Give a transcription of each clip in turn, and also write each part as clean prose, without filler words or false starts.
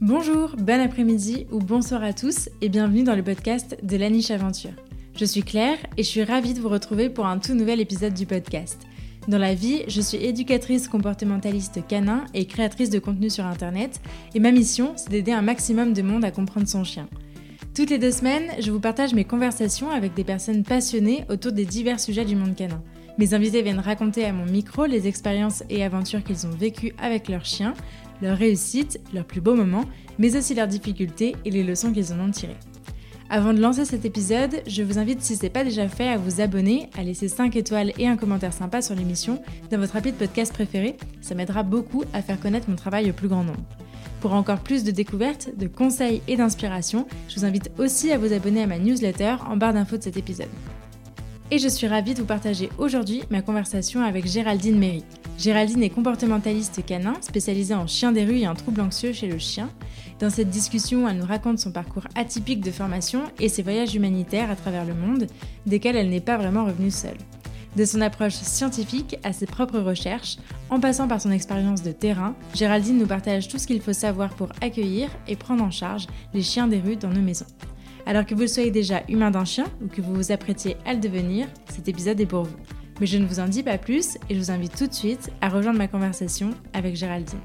Bonjour, bon après-midi ou bonsoir à tous et bienvenue dans le podcast de La Niche Aventure. Je suis Claire et je suis ravie de vous retrouver pour un tout nouvel épisode du podcast. Dans la vie, je suis éducatrice comportementaliste canin et créatrice de contenu sur internet et ma mission, c'est d'aider un maximum de monde à comprendre son chien. Toutes les 2 semaines, je vous partage mes conversations avec des personnes passionnées autour des divers sujets du monde canin. Mes invités viennent raconter à mon micro les expériences et aventures qu'ils ont vécues avec leurs chiens, leurs réussites, leurs plus beaux moments, mais aussi leurs difficultés et les leçons qu'ils en ont tirées. Avant de lancer cet épisode, je vous invite, si ce n'est pas déjà fait, à vous abonner, à laisser 5 étoiles et un commentaire sympa sur l'émission dans votre appli de podcast préféré. Ça m'aidera beaucoup à faire connaître mon travail au plus grand nombre. Pour encore plus de découvertes, de conseils et d'inspiration, je vous invite aussi à vous abonner à ma newsletter en barre d'infos de cet épisode. Et je suis ravie de vous partager aujourd'hui ma conversation avec Géraldine Méry. Géraldine est comportementaliste canin, spécialisée en chien des rues et en troubles anxieux chez le chien. Dans cette discussion, elle nous raconte son parcours atypique de formation et ses voyages humanitaires à travers le monde, desquels elle n'est pas vraiment revenue seule. De son approche scientifique à ses propres recherches, en passant par son expérience de terrain, Géraldine nous partage tout ce qu'il faut savoir pour accueillir et prendre en charge les chiens des rues dans nos maisons. Alors que vous soyez déjà humain d'un chien ou que vous vous apprêtiez à le devenir, cet épisode est pour vous. Mais je ne vous en dis pas plus et je vous invite tout de suite à rejoindre ma conversation avec Géraldine.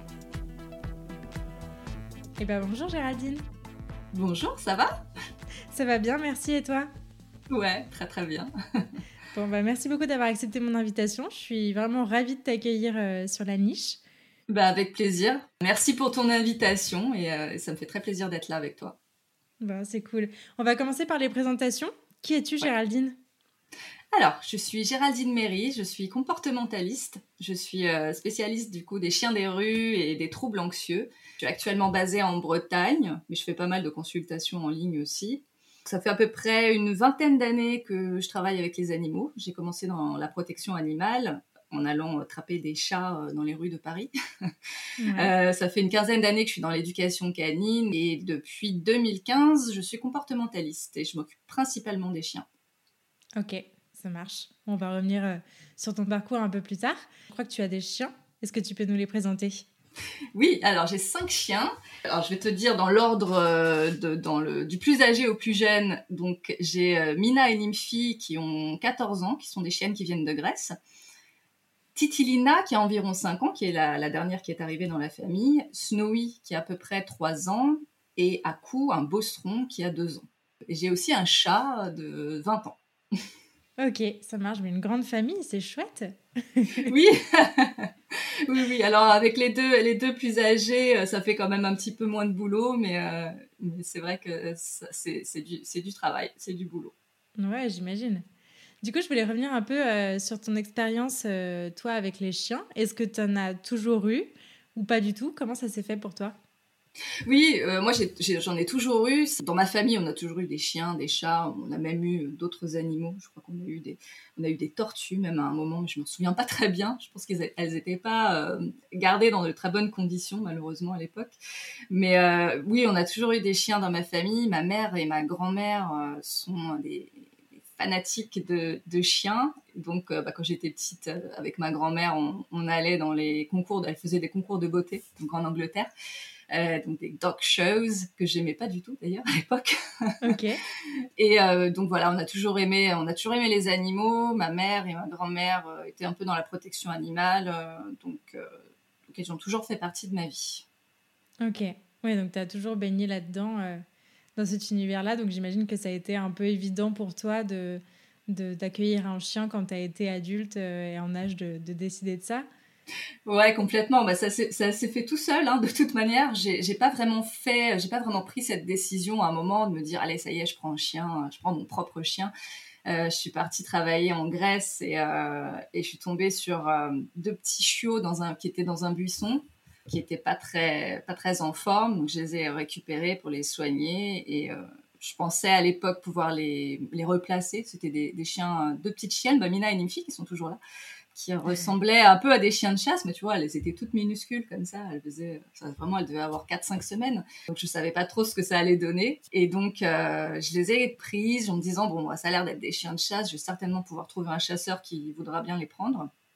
Eh bien bonjour Géraldine. Bonjour, ça va ? Ça va bien, merci et toi ? Ouais, très très bien. Bon merci beaucoup d'avoir accepté mon invitation, je suis vraiment ravie de t'accueillir sur La Niche. Avec plaisir. Merci pour ton invitation et ça me fait très plaisir d'être là avec toi. C'est cool. On va commencer par les présentations. Qui es-tu, Géraldine ? Alors, je suis Géraldine Méry, je suis comportementaliste. Je suis spécialiste du coup des chiens des rues et des troubles anxieux. Je suis actuellement basée en Bretagne, mais je fais pas mal de consultations en ligne aussi. Ça fait à peu près une 20aine d'années que je travaille avec les animaux. J'ai commencé dans la protection animale, en allant attraper des chats dans les rues de Paris. Ouais. Ça fait une 15aine d'années que je suis dans l'éducation canine et depuis 2015, je suis comportementaliste et je m'occupe principalement des chiens. Ok, ça marche. On va revenir sur ton parcours un peu plus tard. Je crois que tu as des chiens. Est-ce que tu peux nous les présenter ? Oui, alors j'ai 5 chiens. Alors je vais te dire dans l'ordre du plus âgé au plus jeune. Donc j'ai Mina et Nymphy qui ont 14 ans, qui sont des chiennes qui viennent de Grèce. Titilina qui a environ 5 ans, qui est la dernière qui est arrivée dans la famille. Snowy qui a à peu près 3 ans. Et Aku, un bostron qui a 2 ans. Et j'ai aussi un chat de 20 ans. Ok, ça marche, mais une grande famille, c'est chouette. Oui. Oui. Alors avec les deux plus âgés, ça fait quand même un petit peu moins de boulot, mais c'est vrai que c'est du travail, c'est du boulot. Ouais, j'imagine. Du coup, je voulais revenir un peu sur ton expérience, toi, avec les chiens. Est-ce que tu en as toujours eu ou pas du tout ? Comment ça s'est fait pour toi ? Oui, moi j'en ai toujours eu. Dans ma famille, on a toujours eu des chiens, des chats, on a même eu d'autres animaux. Je crois qu'on a eu des tortues même à un moment, mais je me souviens pas très bien. Je pense qu'elles étaient pas gardées dans de très bonnes conditions malheureusement à l'époque. Mais oui, on a toujours eu des chiens dans ma famille. Ma mère et ma grand-mère sont des fanatiques de chiens. Donc quand j'étais petite, avec ma grand-mère, on allait dans les concours. Elle faisait des concours de beauté, donc en Angleterre. Donc des dog shows que j'aimais pas du tout d'ailleurs à l'époque. Ok. Et donc voilà, on a toujours aimé les animaux. Ma mère et ma grand-mère étaient un peu dans la protection animale, donc ils ont toujours fait partie de ma vie. Ok. Oui, donc tu as toujours baigné là-dedans, dans cet univers-là. Donc j'imagine que ça a été un peu évident pour toi d'accueillir un chien quand tu as été adulte et en âge de décider de ça. Ouais, complètement. Ça s'est fait tout seul, hein, de toute manière. J'ai pas vraiment pris cette décision à un moment de me dire, allez, ça y est, je prends un chien, je prends mon propre chien. Je suis partie travailler en Grèce et je suis tombée sur 2 petits chiots qui étaient dans un buisson, qui étaient pas très en forme. Donc je les ai récupérés pour les soigner et je pensais à l'époque pouvoir les replacer. C'était des chiens, 2 petites chiennes, Mina et Nymphy, qui sont toujours là, qui ressemblaient un peu à des chiens de chasse, mais tu vois, elles étaient toutes minuscules comme ça. Elles devaient avoir 4-5 semaines. Donc, je savais pas trop ce que ça allait donner. Et donc, je les ai prises en me disant, bon, ça a l'air d'être des chiens de chasse. Je vais certainement pouvoir trouver un chasseur qui voudra bien les prendre.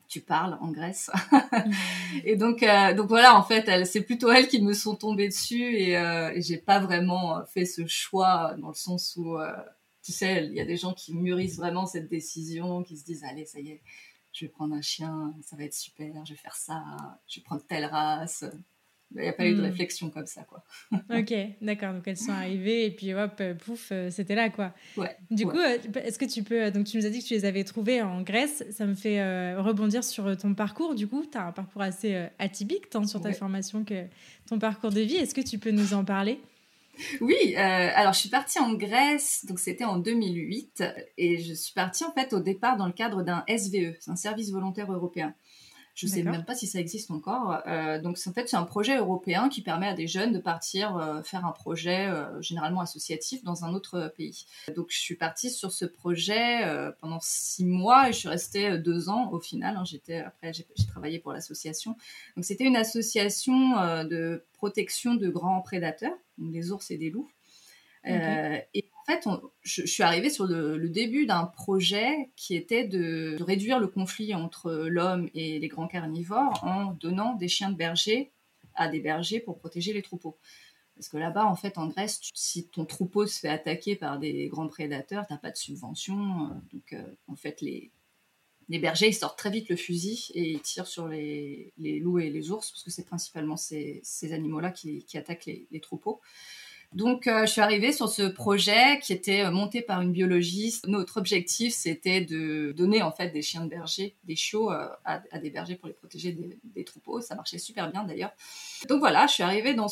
tu parles en Grèce. Mmh. Et donc voilà, en fait, c'est plutôt elles qui me sont tombées dessus et j'ai pas vraiment fait ce choix dans le sens où, tu sais, il y a des gens qui mûrissent vraiment cette décision, qui se disent, allez, ça y est, je vais prendre un chien, ça va être super, je vais faire ça, je vais prendre telle race. Il n'y a pas eu de Mmh. réflexion comme ça, quoi. Ok, d'accord. Donc elles sont arrivées et puis hop, pouf, c'était là, quoi. Ouais, Du coup, ouais. est-ce que tu peux... donc tu nous as dit que tu les avais trouvées en Grèce. Ça me fait rebondir sur ton parcours. Du coup, tu as un parcours assez atypique, tant sur ta Ouais. formation que ton parcours de vie. Est-ce que tu peux nous en parler? Oui, alors je suis partie en Grèce, donc c'était en 2008, et je suis partie en fait au départ dans le cadre d'un SVE, c'est un service volontaire européen. Je sais D'accord. même pas si ça existe encore. Donc en fait c'est un projet européen qui permet à des jeunes de partir faire un projet généralement associatif dans un autre pays. Donc je suis partie sur ce projet pendant 6 mois et je suis restée 2 ans au final. Après j'ai travaillé pour l'association. Donc c'était une association de protection de grands prédateurs, donc des ours et des loups. Ok. Et en fait, je suis arrivée sur le début d'un projet qui était de réduire le conflit entre l'homme et les grands carnivores en donnant des chiens de berger à des bergers pour protéger les troupeaux. Parce que là-bas, en fait, en Grèce, si ton troupeau se fait attaquer par des grands prédateurs, t'as pas de subvention. En fait, les bergers, ils sortent très vite le fusil et ils tirent sur les loups et les ours, parce que c'est principalement ces animaux-là qui attaquent les troupeaux. Donc, je suis arrivée sur ce projet qui était monté par une biologiste. Notre objectif, c'était de donner en fait des chiens de berger, des chiots à des bergers pour les protéger des troupeaux. Ça marchait super bien d'ailleurs. Donc voilà, je suis arrivée dans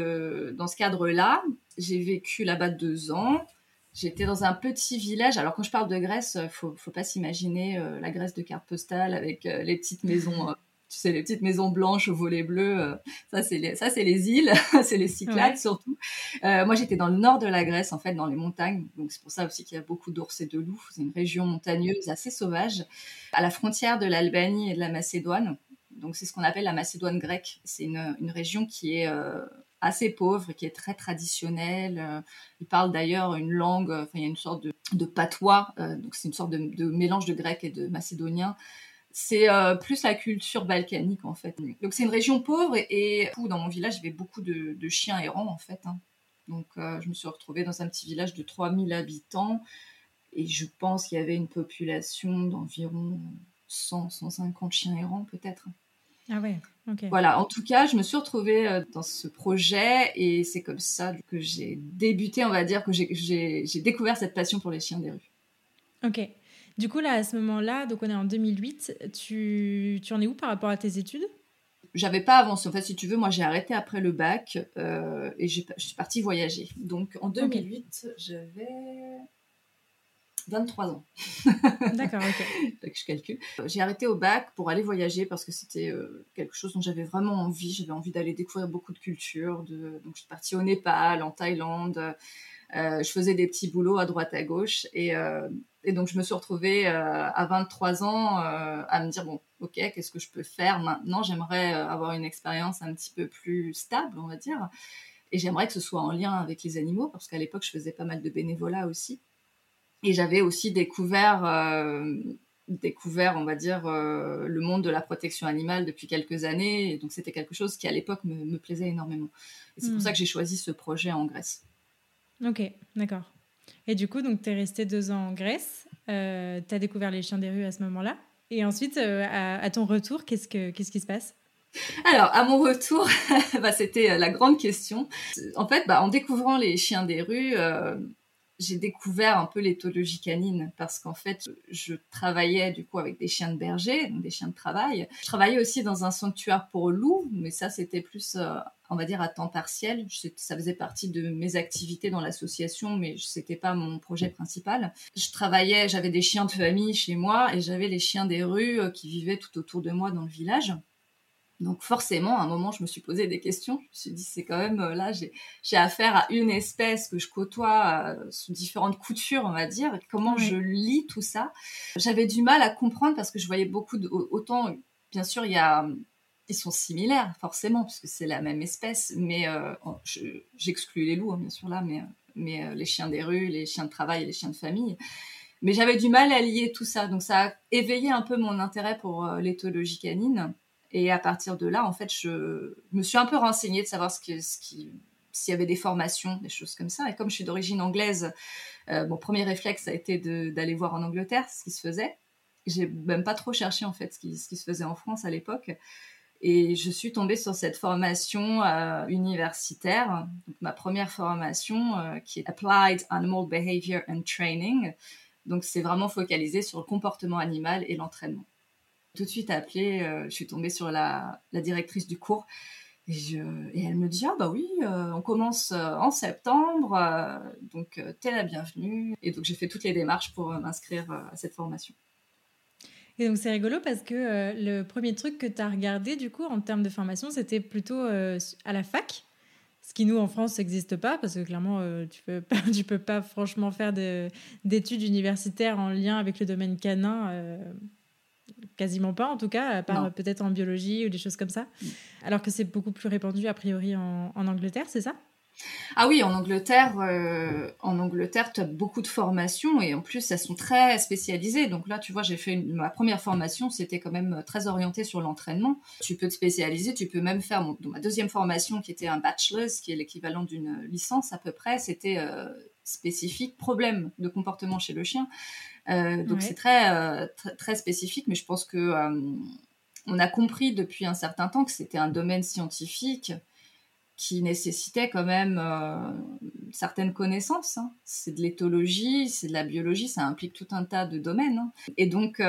ce cadre-là. J'ai vécu là-bas 2 ans. J'étais dans un petit village. Alors quand je parle de Grèce, faut pas s'imaginer la Grèce de carte postale avec les petites maisons, tu sais, les petites maisons blanches aux volets bleus. Ça c'est les îles, c'est les Cyclades Ouais. surtout. Moi j'étais dans le nord de la Grèce, en fait, dans les montagnes. Donc c'est pour ça aussi qu'il y a beaucoup d'ours et de loups. C'est une région montagneuse assez sauvage, à la frontière de l'Albanie et de la Macédoine. Donc c'est ce qu'on appelle la Macédoine grecque. C'est une région qui est assez pauvre, qui est très traditionnelle. Ils parlent d'ailleurs une langue, il y a une sorte de patois, donc c'est une sorte de mélange de grec et de macédonien. C'est plus la culture balkanique en fait. Donc c'est une région pauvre et dans mon village, il y avait beaucoup de chiens errants en fait. Hein. Donc je me suis retrouvée dans un petit village de 3000 habitants et je pense qu'il y avait une population d'environ 100-150 chiens errants peut-être. Ah ouais, ok. Voilà, en tout cas, je me suis retrouvée dans ce projet et c'est comme ça que j'ai débuté, on va dire, que j'ai découvert cette passion pour les chiens des rues. Ok. Du coup, là, à ce moment-là, donc on est en 2008, tu en es où par rapport à tes études? J'avais pas avancé. En fait, si tu veux, moi, j'ai arrêté après le bac et je suis partie voyager. Donc, en Ok. 2008, j'avais 23 ans. D'accord, ok. Fait que je calcule. J'ai arrêté au bac pour aller voyager parce que c'était quelque chose dont j'avais vraiment envie. J'avais envie d'aller découvrir beaucoup de cultures. Donc, je suis partie au Népal, en Thaïlande. Je faisais des petits boulots à droite à gauche et donc je me suis retrouvée à 23 ans à me dire bon ok, qu'est-ce que je peux faire maintenant, j'aimerais avoir une expérience un petit peu plus stable, on va dire, et j'aimerais que ce soit en lien avec les animaux parce qu'à l'époque je faisais pas mal de bénévolat aussi et j'avais aussi découvert, on va dire, le monde de la protection animale depuis quelques années, et donc c'était quelque chose qui à l'époque me plaisait énormément, et c'est pour ça Hmm. que j'ai choisi ce projet en Grèce. Ok, d'accord. Et du coup, donc, tu es resté 2 ans en Grèce. Tu as découvert les chiens des rues à ce moment-là. Et ensuite, à ton retour, qu'est-ce qui se passe? Alors, à mon retour, c'était la grande question. En fait, en découvrant les chiens des rues, j'ai découvert un peu l'éthologie canine parce qu'en fait, je travaillais du coup avec des chiens de berger, donc des chiens de travail. Je travaillais aussi dans un sanctuaire pour loups, mais ça, c'était plus, on va dire, à temps partiel. Ça faisait partie de mes activités dans l'association, mais c'était pas mon projet principal. J'avais des chiens de famille chez moi et j'avais les chiens des rues qui vivaient tout autour de moi dans le village. Donc forcément, à un moment, je me suis posé des questions. Je me suis dit, c'est quand même, là, j'ai affaire à une espèce que je côtoie sous différentes coutures, on va dire. Comment je Ouais. lis tout ça? J'avais du mal à comprendre parce que je voyais beaucoup autant, bien sûr, ils sont similaires, forcément, puisque c'est la même espèce, mais j'exclus les loups, hein, bien sûr, là, mais les chiens des rues, les chiens de travail et les chiens de famille. Mais j'avais du mal à lier tout ça. Donc, ça a éveillé un peu mon intérêt pour l'éthologie canine. Et à partir de là, en fait, je me suis un peu renseignée de savoir s'il y avait des formations, des choses comme ça. Et comme je suis d'origine anglaise, mon premier réflexe a été d'aller voir en Angleterre ce qui se faisait. J'ai même pas trop cherché, en fait, ce qui se faisait en France à l'époque. Et je suis tombée sur cette formation universitaire, donc ma première formation qui est Applied Animal Behavior and Training. Donc, c'est vraiment focalisé sur le comportement animal et l'entraînement. Tout de suite appelée, je suis tombée sur la directrice du cours et elle me dit « Ah bah oui, on commence en septembre, donc t'es la bienvenue ». Et donc, j'ai fait toutes les démarches pour m'inscrire à cette formation. Et donc, c'est rigolo parce que le premier truc que tu as regardé, du coup, en termes de formation, c'était plutôt à la fac. Ce qui, nous, en France, n'existe pas parce que clairement, tu peux pas franchement faire d'études universitaires en lien avec le domaine canin. Quasiment pas, en tout cas, à part peut-être en biologie ou des choses comme ça. Alors que c'est beaucoup plus répandu, a priori, en Angleterre, c'est ça ? Ah oui, en Angleterre, tu as beaucoup de formations et en plus, elles sont très spécialisées. Donc là, tu vois, j'ai fait ma première formation, c'était quand même très orienté sur l'entraînement. Tu peux te spécialiser, tu peux même faire ma deuxième formation qui était un bachelor's, qui est l'équivalent d'une licence à peu près. C'était spécifique, problème de comportement chez le chien. Donc c'est très, très, très spécifique, mais je pense que on a compris depuis un certain temps que c'était un domaine scientifique qui nécessitait quand même certaines connaissances. Hein. C'est de l'éthologie, c'est de la biologie, ça implique tout un tas de domaines. Hein. Et donc,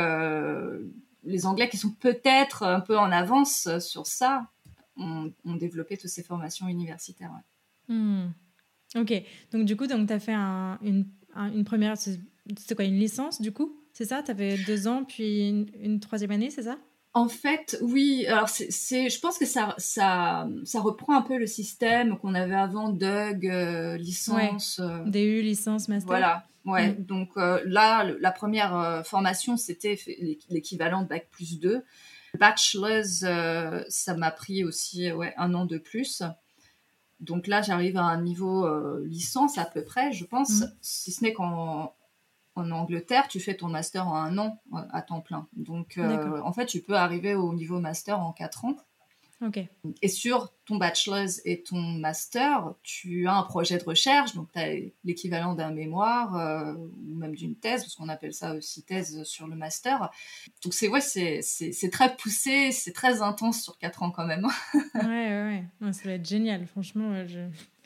les Anglais qui sont peut-être un peu en avance sur ça ont développé toutes ces formations universitaires. Ouais. Ok, donc du coup, tu as fait une première, c'est quoi, une licence du coup ? C'est ça ? Tu avais 2 ans, puis une troisième année, c'est ça ? En fait, oui. Alors, je pense que ça reprend un peu le système qu'on avait avant, DUG, licence. Ouais. DU, licence, master. Voilà. Ouais. Donc là, la première formation, c'était l'équivalent de Bac+2. Bachelor's, ça m'a pris aussi 1 an de plus. Donc là, j'arrive à un niveau licence à peu près, je pense, si ce n'est qu'en Angleterre, tu fais ton master en 1 an à temps plein. Donc, en fait, tu peux arriver au niveau master en 4 ans. Okay. Et sur ton bachelor's et ton master, tu as un projet de recherche, donc tu as l'équivalent d'un mémoire ou même d'une thèse, parce qu'on appelle ça aussi thèse sur le master. Donc, c'est très poussé, c'est très intense sur 4 ans quand même. Ouais, ça va être génial. Franchement, je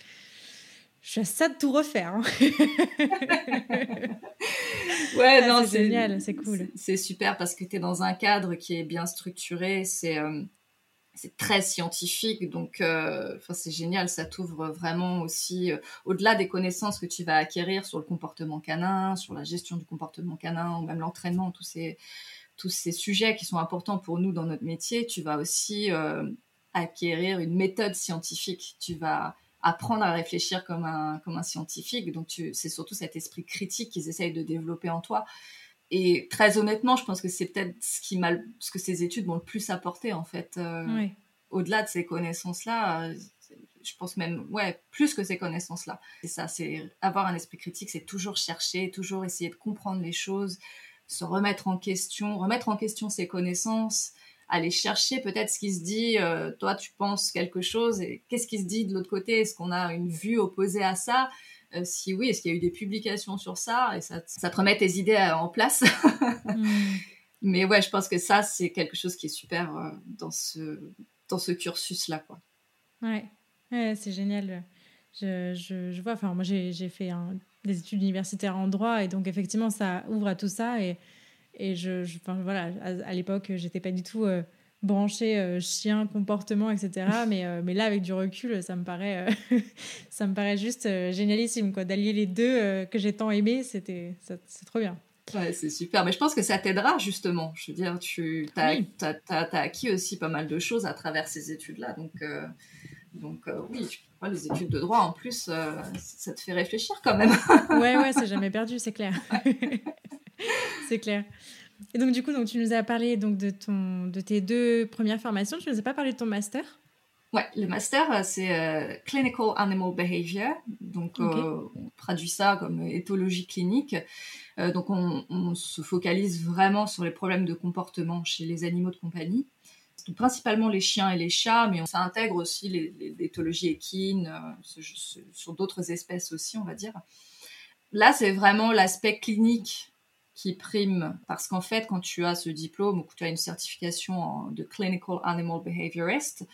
suis à ça de tout refaire. Hein. Ouais, non, c'est génial, c'est cool. C'est super parce que tu es dans un cadre qui est bien structuré, c'est très scientifique, donc c'est génial, ça t'ouvre vraiment aussi, au-delà des connaissances que tu vas acquérir sur le comportement canin, sur la gestion du comportement canin, ou même l'entraînement, tous ces sujets qui sont importants pour nous dans notre métier, tu vas aussi acquérir une méthode scientifique, tu vas apprendre à réfléchir comme un scientifique, donc c'est surtout cet esprit critique qu'ils essayent de développer en toi. Et très honnêtement, je pense que c'est peut-être ce que ces études m'ont le plus apporté, en fait. Au-delà de ces connaissances-là, je pense même, plus que ces connaissances-là. C'est ça, c'est avoir un esprit critique, c'est toujours chercher, toujours essayer de comprendre les choses, se remettre en question ses connaissances, aller chercher peut-être ce qui se dit, toi tu penses quelque chose, et qu'est-ce qui se dit de l'autre côté ? Est-ce qu'on a une vue opposée à ça ? Si oui, est-ce qu'il y a eu des publications sur ça ? Et ça te remet tes idées en place. Mais ouais, je pense que ça, c'est quelque chose qui est super dans ce cursus-là, quoi. Ouais, c'est génial. Je vois, enfin, moi, j'ai fait des études universitaires en droit, et donc, effectivement, ça ouvre à tout ça. Et voilà, à l'époque, j'étais pas du tout branchée chien, comportement, etc. Mais là, avec du recul, ça me paraît juste génialissime, quoi, d'allier les deux que j'ai tant aimés. C'est trop bien. Ouais, c'est super. Mais je pense que ça t'aidera, justement. Je veux dire, t'as acquis aussi pas mal de choses à travers ces études-là. Donc oui, les études de droit, en plus, ça te fait réfléchir quand même. Ouais, c'est jamais perdu, c'est clair. C'est clair. Et donc, du coup, tu nous as parlé donc, de tes 2 premières formations. Tu nous as pas parlé de ton master ? Ouais, le master, c'est Clinical Animal Behavior. Donc, Ok. on traduit ça comme éthologie clinique. Donc, on se focalise vraiment sur les problèmes de comportement chez les animaux de compagnie. Donc, principalement les chiens et les chats, mais ça intègre aussi l'éthologie équine, sur d'autres espèces aussi, on va dire. Là, c'est vraiment l'aspect clinique qui prime, parce qu'en fait, quand tu as ce diplôme ou que tu as une certification de Clinical Animal Behaviorist,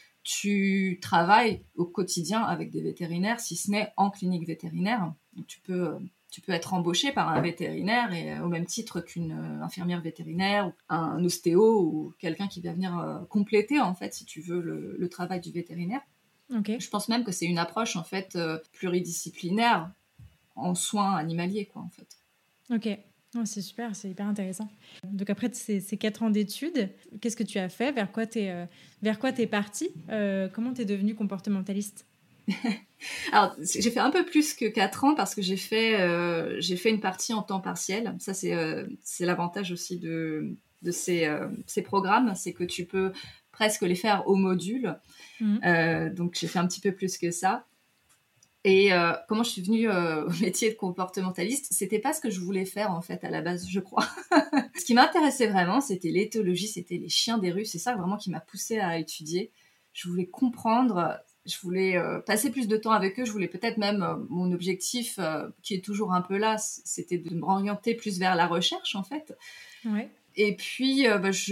tu travailles au quotidien avec des vétérinaires, si ce n'est en clinique vétérinaire. Donc, tu peux être embauché par un vétérinaire et au même titre qu'une infirmière vétérinaire, ou un ostéo ou quelqu'un qui va venir compléter en fait, si tu veux, le travail du vétérinaire. Ok. Je pense même que c'est une approche en fait pluridisciplinaire en soins animaliers, quoi, en fait. Ok. Oh, c'est super, c'est hyper intéressant. Donc après ces 4 ans d'études, qu'est-ce que tu as fait? Vers quoi t'es partie? Comment t'es devenue comportementaliste? Alors, j'ai fait un peu plus que 4 ans parce que j'ai fait une partie en temps partiel. Ça, c'est l'avantage aussi de ces programmes, c'est que tu peux presque les faire au module. Mhm. Donc, j'ai fait un petit peu plus que ça. Et comment je suis venue au métier de comportementaliste, c'était pas ce que je voulais faire en fait à la base, je crois. Ce qui m'intéressait vraiment, c'était l'éthologie, c'était les chiens des rues. C'est ça vraiment qui m'a poussée à étudier. Je voulais comprendre, je voulais passer plus de temps avec eux. Je voulais peut-être même, mon objectif, qui est toujours un peu là, c'était de m'orienter plus vers la recherche en fait. Ouais. Et puis,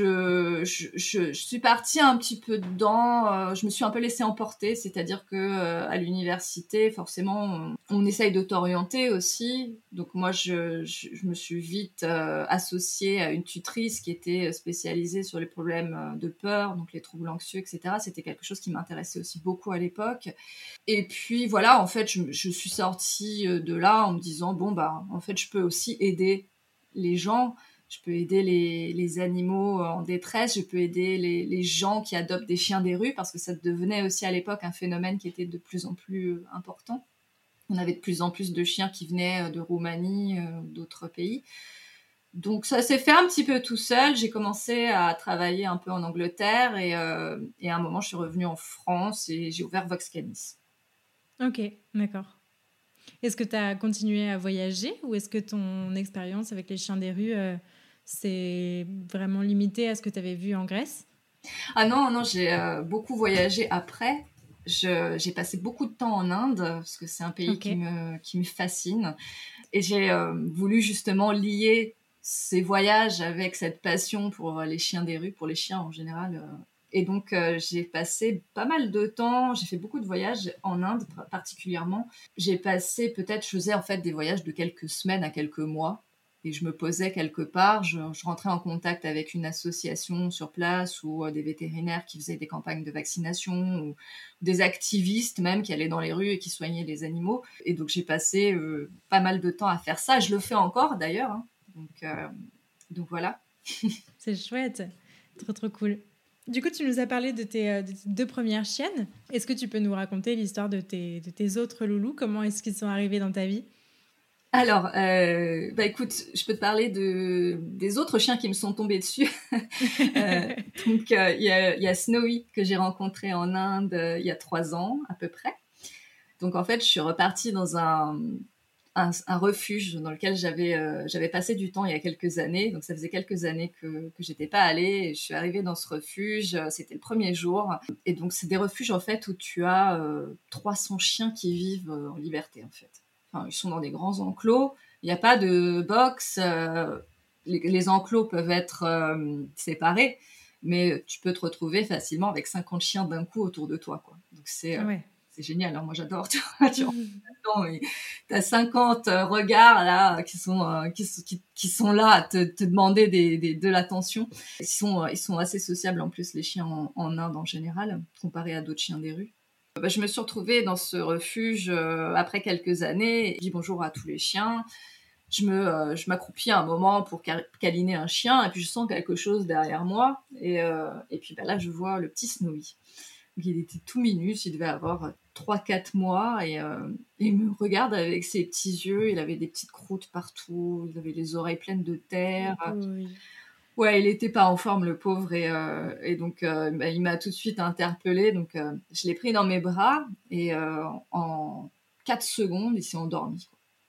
je suis partie un petit peu dedans. Je me suis un peu laissée emporter, c'est-à-dire que à l'université, forcément, on essaye de t'orienter aussi. Donc moi, je me suis vite associée à une tutrice qui était spécialisée sur les problèmes de peur, donc les troubles anxieux, etc. C'était quelque chose qui m'intéressait aussi beaucoup à l'époque. Et puis voilà, en fait, je suis sortie de là en me disant bon bah, en fait, je peux aussi aider les gens. Je peux aider les animaux en détresse, je peux aider les gens qui adoptent des chiens des rues, parce que ça devenait aussi à l'époque un phénomène qui était de plus en plus important. On avait de plus en plus de chiens qui venaient de Roumanie, d'autres pays. Donc ça s'est fait un petit peu tout seul. J'ai commencé à travailler un peu en Angleterre et à un moment je suis revenue en France et j'ai ouvert Vox Canis. Ok, d'accord. Est-ce que tu as continué à voyager ou est-ce que ton expérience avec les chiens des rues s'est vraiment limitée à ce que tu avais vu en Grèce? Ah non, non, j'ai beaucoup voyagé après. J'ai passé beaucoup de temps en Inde, parce que c'est un pays Ok. qui me fascine. Et j'ai voulu justement lier ces voyages avec cette passion pour les chiens des rues, pour les chiens en général. Et donc, j'ai passé pas mal de temps, j'ai fait beaucoup de voyages en Inde particulièrement. J'ai passé peut-être, je faisais en fait des voyages de quelques semaines à quelques mois. Et je me posais quelque part, je rentrais en contact avec une association sur place ou des vétérinaires qui faisaient des campagnes de vaccination ou des activistes même qui allaient dans les rues et qui soignaient les animaux. Et donc j'ai passé pas mal de temps à faire ça. Je le fais encore d'ailleurs, hein. Donc voilà. C'est chouette. Trop, trop cool. Du coup, tu nous as parlé de tes 2 premières chiennes. Est-ce que tu peux nous raconter l'histoire de tes autres loulous? Comment est-ce qu'ils sont arrivés dans ta vie? Alors, bah écoute, je peux te parler des autres chiens qui me sont tombés dessus. Euh, donc, il y a Snowy que j'ai rencontré en Inde il y a 3 ans à peu près. Donc, en fait, je suis repartie dans un refuge dans lequel j'avais passé du temps il y a quelques années. Donc, ça faisait quelques années que j'étais pas allée. Et je suis arrivée dans ce refuge. C'était le premier jour. Et donc, c'est des refuges, en fait, où tu as 300 chiens qui vivent en liberté, en fait. Enfin, ils sont dans des grands enclos. Il n'y a pas de box. Les enclos peuvent être séparés. Mais tu peux te retrouver facilement avec 50 chiens d'un coup autour de toi, quoi. Donc, Ah ouais. c'est génial, hein. Moi, j'adore. Tu as 50 regards là qui sont là à te demander de l'attention. Ils sont assez sociables en plus, les chiens en Inde en général, comparé à d'autres chiens des rues. Bah, je me suis retrouvée dans ce refuge après quelques années. Je dis bonjour à tous les chiens. Je m'accroupis un moment pour câliner un chien et puis je sens quelque chose derrière moi. Et puis bah, là, je vois le petit Snowy. Il était tout minus, il devait avoir 3 4 mois et il me regarde avec ses petits yeux, il avait des petites croûtes partout, il avait les oreilles pleines de terre. Oui. Ouais, il était pas en forme, le pauvre, et donc il m'a tout de suite interpellée. Donc je l'ai pris dans mes bras et en 4 secondes, il s'est endormi.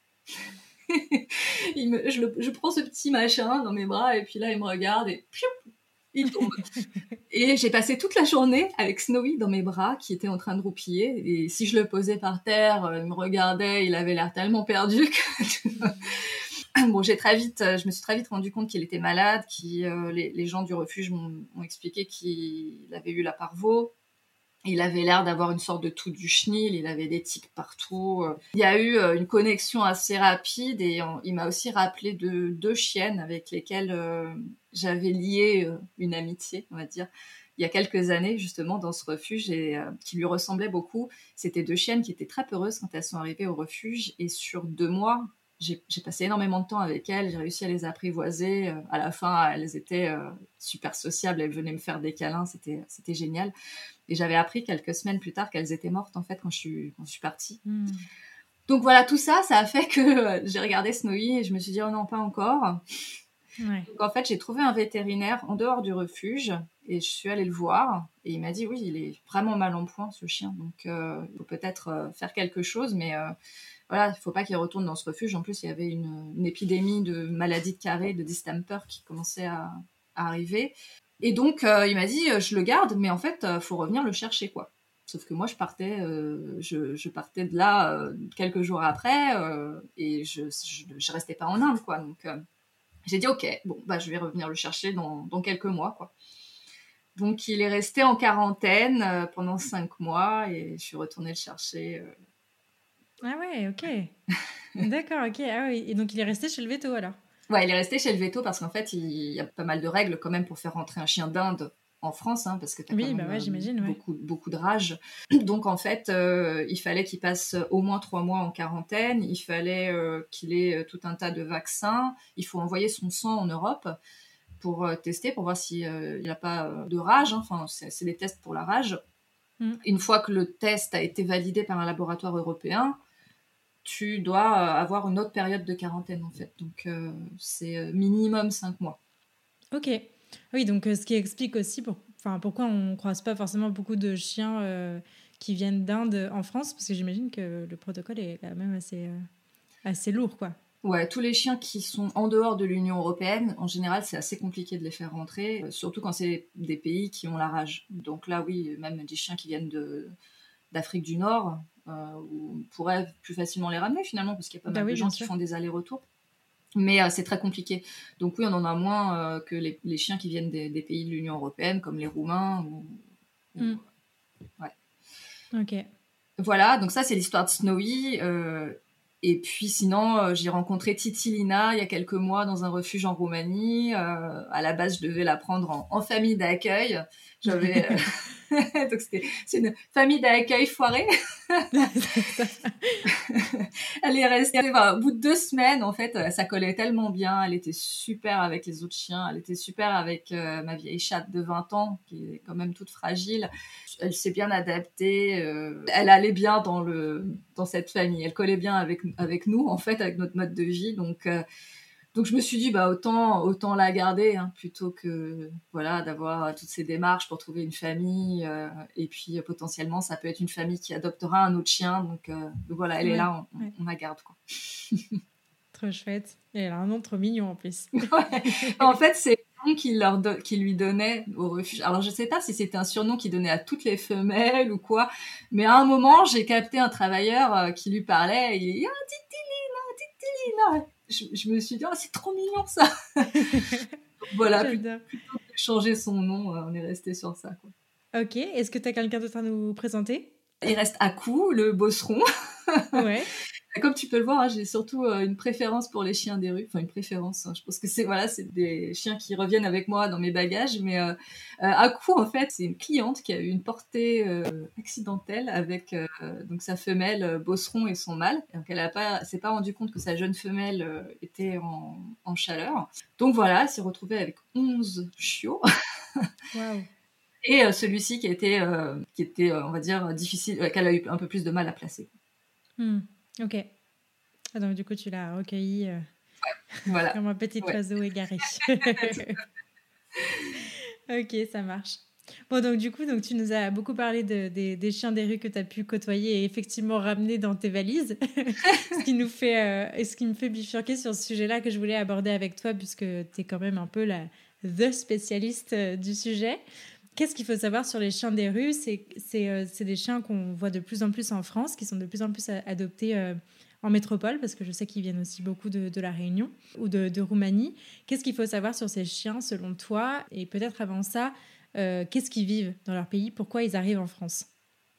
Je prends ce petit machin dans mes bras et puis là, il me regarde et piou, il tombe. Et j'ai passé toute la journée avec Snowy dans mes bras qui était en train de roupiller. Et si je le posais par terre, il me regardait, il avait l'air tellement perdu que... Bon, je me suis très vite rendu compte qu'il était malade, les gens du refuge m'ont expliqué qu'il avait eu la parvo. Il avait l'air d'avoir une sorte de toux du chenil, il avait des tics partout. Il y a eu une connexion assez rapide et il m'a aussi rappelé de 2 chiennes avec lesquelles j'avais lié une amitié, on va dire, il y a quelques années justement dans ce refuge et qui lui ressemblaient beaucoup. C'était 2 chiennes qui étaient très peureuses quand elles sont arrivées au refuge et sur 2 mois, j'ai passé énormément de temps avec elles, j'ai réussi à les apprivoiser. À la fin, elles étaient super sociables, elles venaient me faire des câlins, c'était génial. Et j'avais appris quelques semaines plus tard qu'elles étaient mortes en fait quand je suis partie. Donc voilà, tout ça, ça a fait que j'ai regardé Snowy et je me suis dit oh non, pas encore. Ouais. Donc en fait, j'ai trouvé un vétérinaire en dehors du refuge et je suis allée le voir et il m'a dit oui, il est vraiment mal en point ce chien, donc il faut peut-être faire quelque chose, mais voilà, il faut pas qu'il retourne dans ce refuge. En plus, il y avait une épidémie de maladies de Carré, de distemper qui commençait à arriver. Et donc, il m'a dit, je le garde, mais en fait, faut revenir le chercher, quoi. Sauf que moi, je partais de là quelques jours après et je restais pas en Inde, quoi. Donc, j'ai dit, ok, bon, bah, je vais revenir le chercher dans quelques mois, quoi. Donc, il est resté en quarantaine pendant 5 mois et je suis retournée le chercher. Ah ouais, ok. D'accord, ok. Ah oui. Et donc, il est resté chez le veto, alors? Ouais, il est resté chez le veto parce qu'en fait, il y a pas mal de règles quand même pour faire rentrer un chien d'Inde en France, hein, parce que tu as quand Oui, bah même ouais, j'imagine, ouais. beaucoup de rage. Donc en fait, il fallait qu'il passe au moins 3 mois en quarantaine, il fallait qu'il ait tout un tas de vaccins, il faut envoyer son sang en Europe pour tester, pour voir s'il n'y a pas de rage, hein. Enfin, c'est des tests pour la rage. Une fois que le test a été validé par un laboratoire européen, tu dois avoir une autre période de quarantaine en fait. Donc c'est minimum 5 mois. Ok. Oui, donc ce qui explique aussi pourquoi on ne croise pas forcément beaucoup de chiens qui viennent d'Inde en France, parce que j'imagine que le protocole est quand même assez lourd, quoi. Ouais, tous les chiens qui sont en dehors de l'Union européenne, en général, c'est assez compliqué de les faire rentrer, surtout quand c'est des pays qui ont la rage. Donc là, oui, même des chiens qui viennent d'Afrique du Nord, où on pourrait plus facilement les ramener finalement, parce qu'il y a pas mal de gens qui font des allers-retours. Mais c'est très compliqué. Donc oui, on en a moins que les chiens qui viennent des pays de l'Union européenne, comme les Roumains. Ouais. Ok. Voilà, donc ça c'est l'histoire de Snowy. Et puis sinon, j'ai rencontré Titilina il y a quelques mois dans un refuge en Roumanie. À la base, je devais la prendre en famille d'accueil. J'avais... Donc c'est une famille d'accueil foirée. Elle est restée, au bout de 2 semaines, en fait, ça collait tellement bien. Elle était super avec les autres chiens. Elle était super avec ma vieille chatte de 20 ans, qui est quand même toute fragile. Elle s'est bien adaptée. Elle allait bien dans cette famille. Elle collait bien avec nous, en fait, avec notre mode de vie. Donc je me suis dit autant la garder plutôt que voilà d'avoir toutes ces démarches pour trouver une famille et puis potentiellement ça peut être une famille qui adoptera un autre chien donc voilà elle est là on la garde quoi. Trop chouette et elle a un nom trop mignon en plus. Ouais. En fait c'est le nom qu'il lui donnait au refuge. Alors je sais pas si c'était un surnom qu'il donnait à toutes les femelles ou quoi, mais à un moment j'ai capté un travailleur qui lui parlait et il dit Titilina. Je me suis dit, c'est trop mignon ça. Voilà, plutôt que de changer son nom, on est resté sur ça. Quoi. Ok, est-ce que tu as quelqu'un d'autre à nous présenter ? Il reste Aku, le bosseron. Ouais. Comme tu peux le voir, j'ai surtout une préférence pour les chiens des rues. Enfin, une préférence. Je pense que c'est des chiens qui reviennent avec moi dans mes bagages. Mais Aku, en fait, c'est une cliente qui a eu une portée accidentelle avec donc sa femelle bosseron et son mâle. Donc, elle s'est pas rendue compte que sa jeune femelle était en chaleur. Donc voilà, elle s'est retrouvée avec 11 chiots. Waouh. Et celui-ci qui était, on va dire, difficile, qu'elle a eu un peu plus de mal à placer. Ok. Donc du coup, tu l'as recueilli voilà. comme un petit oiseau égaré. Ok, ça marche. Bon, donc du coup, donc, tu nous as beaucoup parlé des chiens des rues que tu as pu côtoyer et effectivement ramener dans tes valises. Ce qui me fait bifurquer sur ce sujet-là que je voulais aborder avec toi, puisque tu es quand même un peu the spécialiste du sujet. Qu'est-ce qu'il faut savoir sur les chiens des rues? C'est des chiens qu'on voit de plus en plus en France, qui sont de plus en plus adoptés en métropole, parce que je sais qu'ils viennent aussi beaucoup de La Réunion ou de Roumanie. Qu'est-ce qu'il faut savoir sur ces chiens selon toi? Et peut-être avant ça, qu'est-ce qu'ils vivent dans leur pays? Pourquoi ils arrivent en France?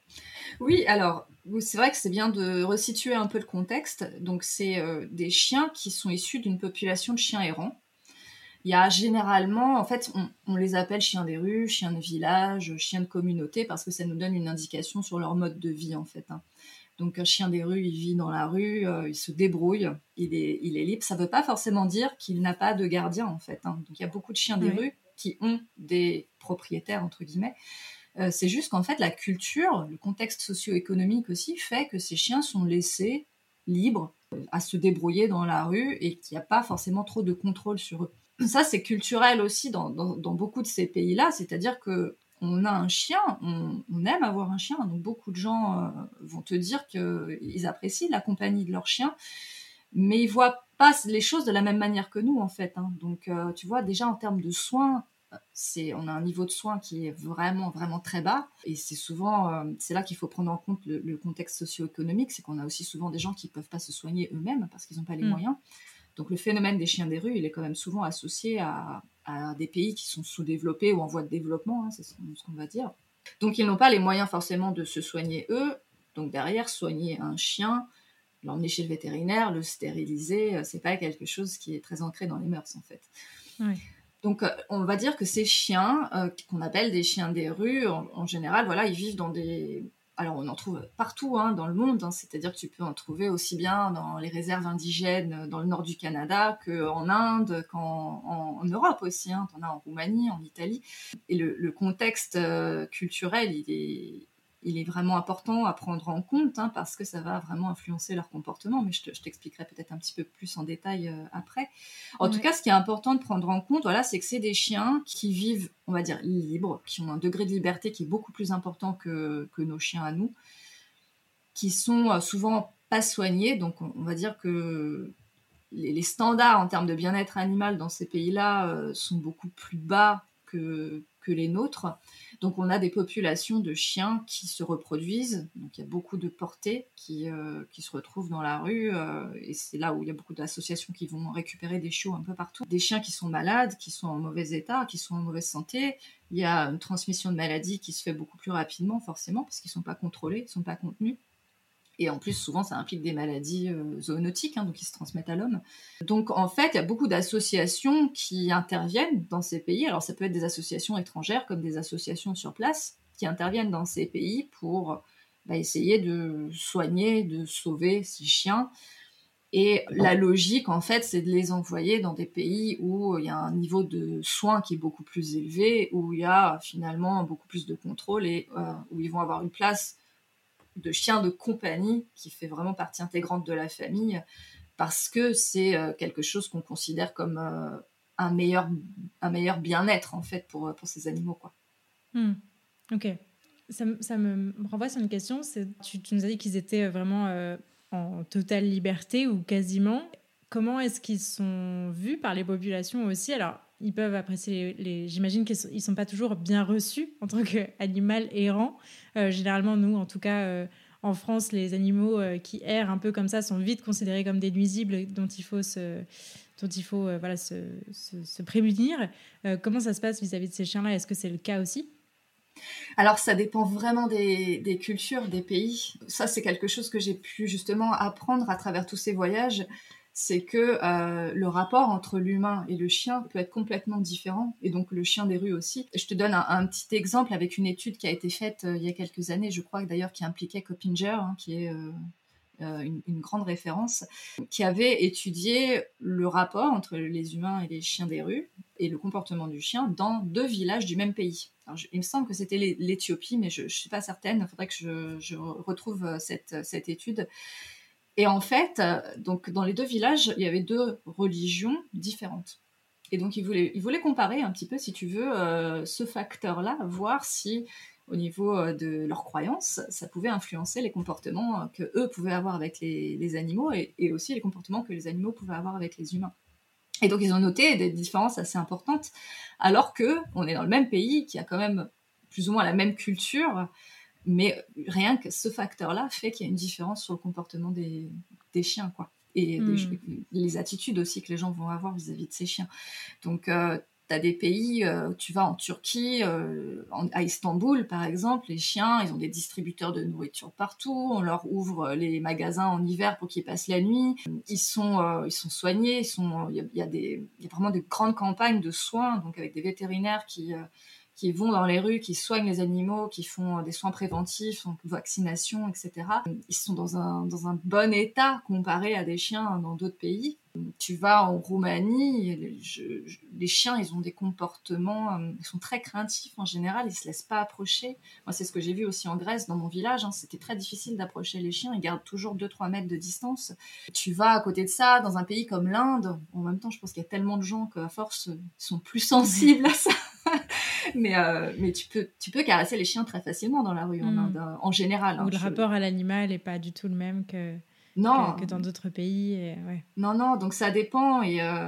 Oui, alors, c'est vrai que c'est bien de resituer un peu le contexte. Donc, c'est des chiens qui sont issus d'une population de chiens errants. Il y a généralement, en fait, on les appelle chiens des rues, chiens de village, chiens de communauté, parce que ça nous donne une indication sur leur mode de vie, en fait. Hein. Donc, un chien des rues, il vit dans la rue, il se débrouille, il est libre. Ça ne veut pas forcément dire qu'il n'a pas de gardien, en fait. Hein. Donc, il y a beaucoup de chiens des rues qui ont des propriétaires, entre guillemets. C'est juste qu'en fait, la culture, le contexte socio-économique aussi, fait que ces chiens sont laissés libres à se débrouiller dans la rue et qu'il n'y a pas forcément trop de contrôle sur eux. Ça, c'est culturel aussi dans beaucoup de ces pays-là, c'est-à-dire que on a un chien, on aime avoir un chien, donc beaucoup de gens vont te dire qu'ils apprécient la compagnie de leur chien, mais ils voient pas les choses de la même manière que nous, en fait. Hein. Donc, tu vois, déjà en termes de soins, on a un niveau de soins qui est vraiment, vraiment très bas. Et c'est souvent, c'est là qu'il faut prendre en compte le contexte socio-économique, c'est qu'on a aussi souvent des gens qui ne peuvent pas se soigner eux-mêmes parce qu'ils n'ont pas les moyens. Donc le phénomène des chiens des rues, il est quand même souvent associé à des pays qui sont sous-développés ou en voie de développement, hein, c'est ce qu'on va dire. Donc ils n'ont pas les moyens forcément de se soigner eux. Donc derrière, soigner un chien, l'emmener chez le vétérinaire, le stériliser, c'est pas quelque chose qui est très ancré dans les mœurs en fait. Ouais. Donc on va dire que ces chiens, qu'on appelle des chiens des rues, en général, voilà, ils vivent dans des... Alors on en trouve partout hein, dans le monde, hein, c'est-à-dire que tu peux en trouver aussi bien dans les réserves indigènes dans le nord du Canada qu'en Inde, qu'en Europe aussi, hein, t'en as en Roumanie, en Italie. Et le contexte culturel, il est vraiment important à prendre en compte hein, parce que ça va vraiment influencer leur comportement, mais je t'expliquerai peut-être un petit peu plus en détail après. En tout cas, ce qui est important de prendre en compte, voilà, c'est que c'est des chiens qui vivent, on va dire, libres, qui ont un degré de liberté qui est beaucoup plus important que nos chiens à nous, qui sont souvent pas soignés, donc on va dire que les standards en termes de bien-être animal dans ces pays-là sont beaucoup plus bas que les nôtres. Donc on a des populations de chiens qui se reproduisent. Donc il y a beaucoup de portées qui se retrouvent dans la rue. Et c'est là où il y a beaucoup d'associations qui vont récupérer des chiots un peu partout. Des chiens qui sont malades, qui sont en mauvais état, qui sont en mauvaise santé. Il y a une transmission de maladies qui se fait beaucoup plus rapidement forcément parce qu'ils ne sont pas contrôlés, ils ne sont pas contenus. Et en plus, souvent, ça implique des maladies zoonotiques, hein, donc qui se transmettent à l'homme. Donc, en fait, il y a beaucoup d'associations qui interviennent dans ces pays. Alors, ça peut être des associations étrangères comme des associations sur place qui interviennent dans ces pays pour essayer de soigner, de sauver ces chiens. Et la logique, en fait, c'est de les envoyer dans des pays où il y a un niveau de soins qui est beaucoup plus élevé, où il y a finalement beaucoup plus de contrôle et où ils vont avoir une place de chiens de compagnie qui fait vraiment partie intégrante de la famille parce que c'est quelque chose qu'on considère comme un meilleur bien-être en fait pour ces animaux quoi. Ok, ça me renvoie sur une question. Tu nous as dit qu'ils étaient vraiment en totale liberté ou quasiment. Comment est-ce qu'ils sont vus par les populations aussi? Alors, ils peuvent apprécier j'imagine qu'ils ne sont pas toujours bien reçus en tant qu'animal errant. Généralement, nous, en tout cas, en France, les animaux qui errent un peu comme ça sont vite considérés comme des nuisibles dont il faut se prémunir. Comment ça se passe vis-à-vis de ces chiens-là? Est-ce que c'est le cas aussi? Alors ça dépend vraiment des cultures, des pays. Ça c'est quelque chose que j'ai pu justement apprendre à travers tous ces voyages, c'est que le rapport entre l'humain et le chien peut être complètement différent, et donc le chien des rues aussi. Je te donne un petit exemple avec une étude qui a été faite il y a quelques années, je crois d'ailleurs, qui impliquait Coppinger, hein, qui est une grande référence, qui avait étudié le rapport entre les humains et les chiens des rues et le comportement du chien dans 2 villages du même pays. Alors, il me semble que c'était l'Éthiopie, mais je ne suis pas certaine. Il faudrait que je retrouve cette étude. Et en fait, donc, dans les 2 villages, il y avait 2 religions différentes. Et donc, il voulait comparer un petit peu, si tu veux, ce facteur-là, voir si, au niveau de leurs croyances, ça pouvait influencer les comportements que eux pouvaient avoir avec les animaux et aussi les comportements que les animaux pouvaient avoir avec les humains. Et donc, ils ont noté des différences assez importantes, alors qu'on est dans le même pays, qui a quand même plus ou moins la même culture, mais rien que ce facteur-là fait qu'il y a une différence sur le comportement des chiens, quoi. Et les attitudes aussi que les gens vont avoir vis-à-vis de ces chiens. Donc, tu as des pays, tu vas en Turquie, à Istanbul par exemple, les chiens, ils ont des distributeurs de nourriture partout, on leur ouvre les magasins en hiver pour qu'ils passent la nuit, ils sont soignés, il y a vraiment des grandes campagnes de soins, donc avec des vétérinaires qui vont dans les rues, qui soignent les animaux, qui font des soins préventifs, donc vaccination, etc. Ils sont dans un bon état comparé à des chiens dans d'autres pays. Tu vas en Roumanie, les chiens, ils ont des comportements, ils sont très craintifs en général, ils se laissent pas approcher. Moi, c'est ce que j'ai vu aussi en Grèce, dans mon village, hein, c'était très difficile d'approcher les chiens, ils gardent toujours 2-3 mètres de distance. Tu vas à côté de ça, dans un pays comme l'Inde, en même temps, je pense qu'il y a tellement de gens qu'à force, ils sont plus sensibles à ça. Mais tu peux caresser les chiens très facilement dans la rue en Inde, en général. Où le rapport à l'animal n'est pas du tout le même que dans d'autres pays. Ouais. Non, donc ça dépend.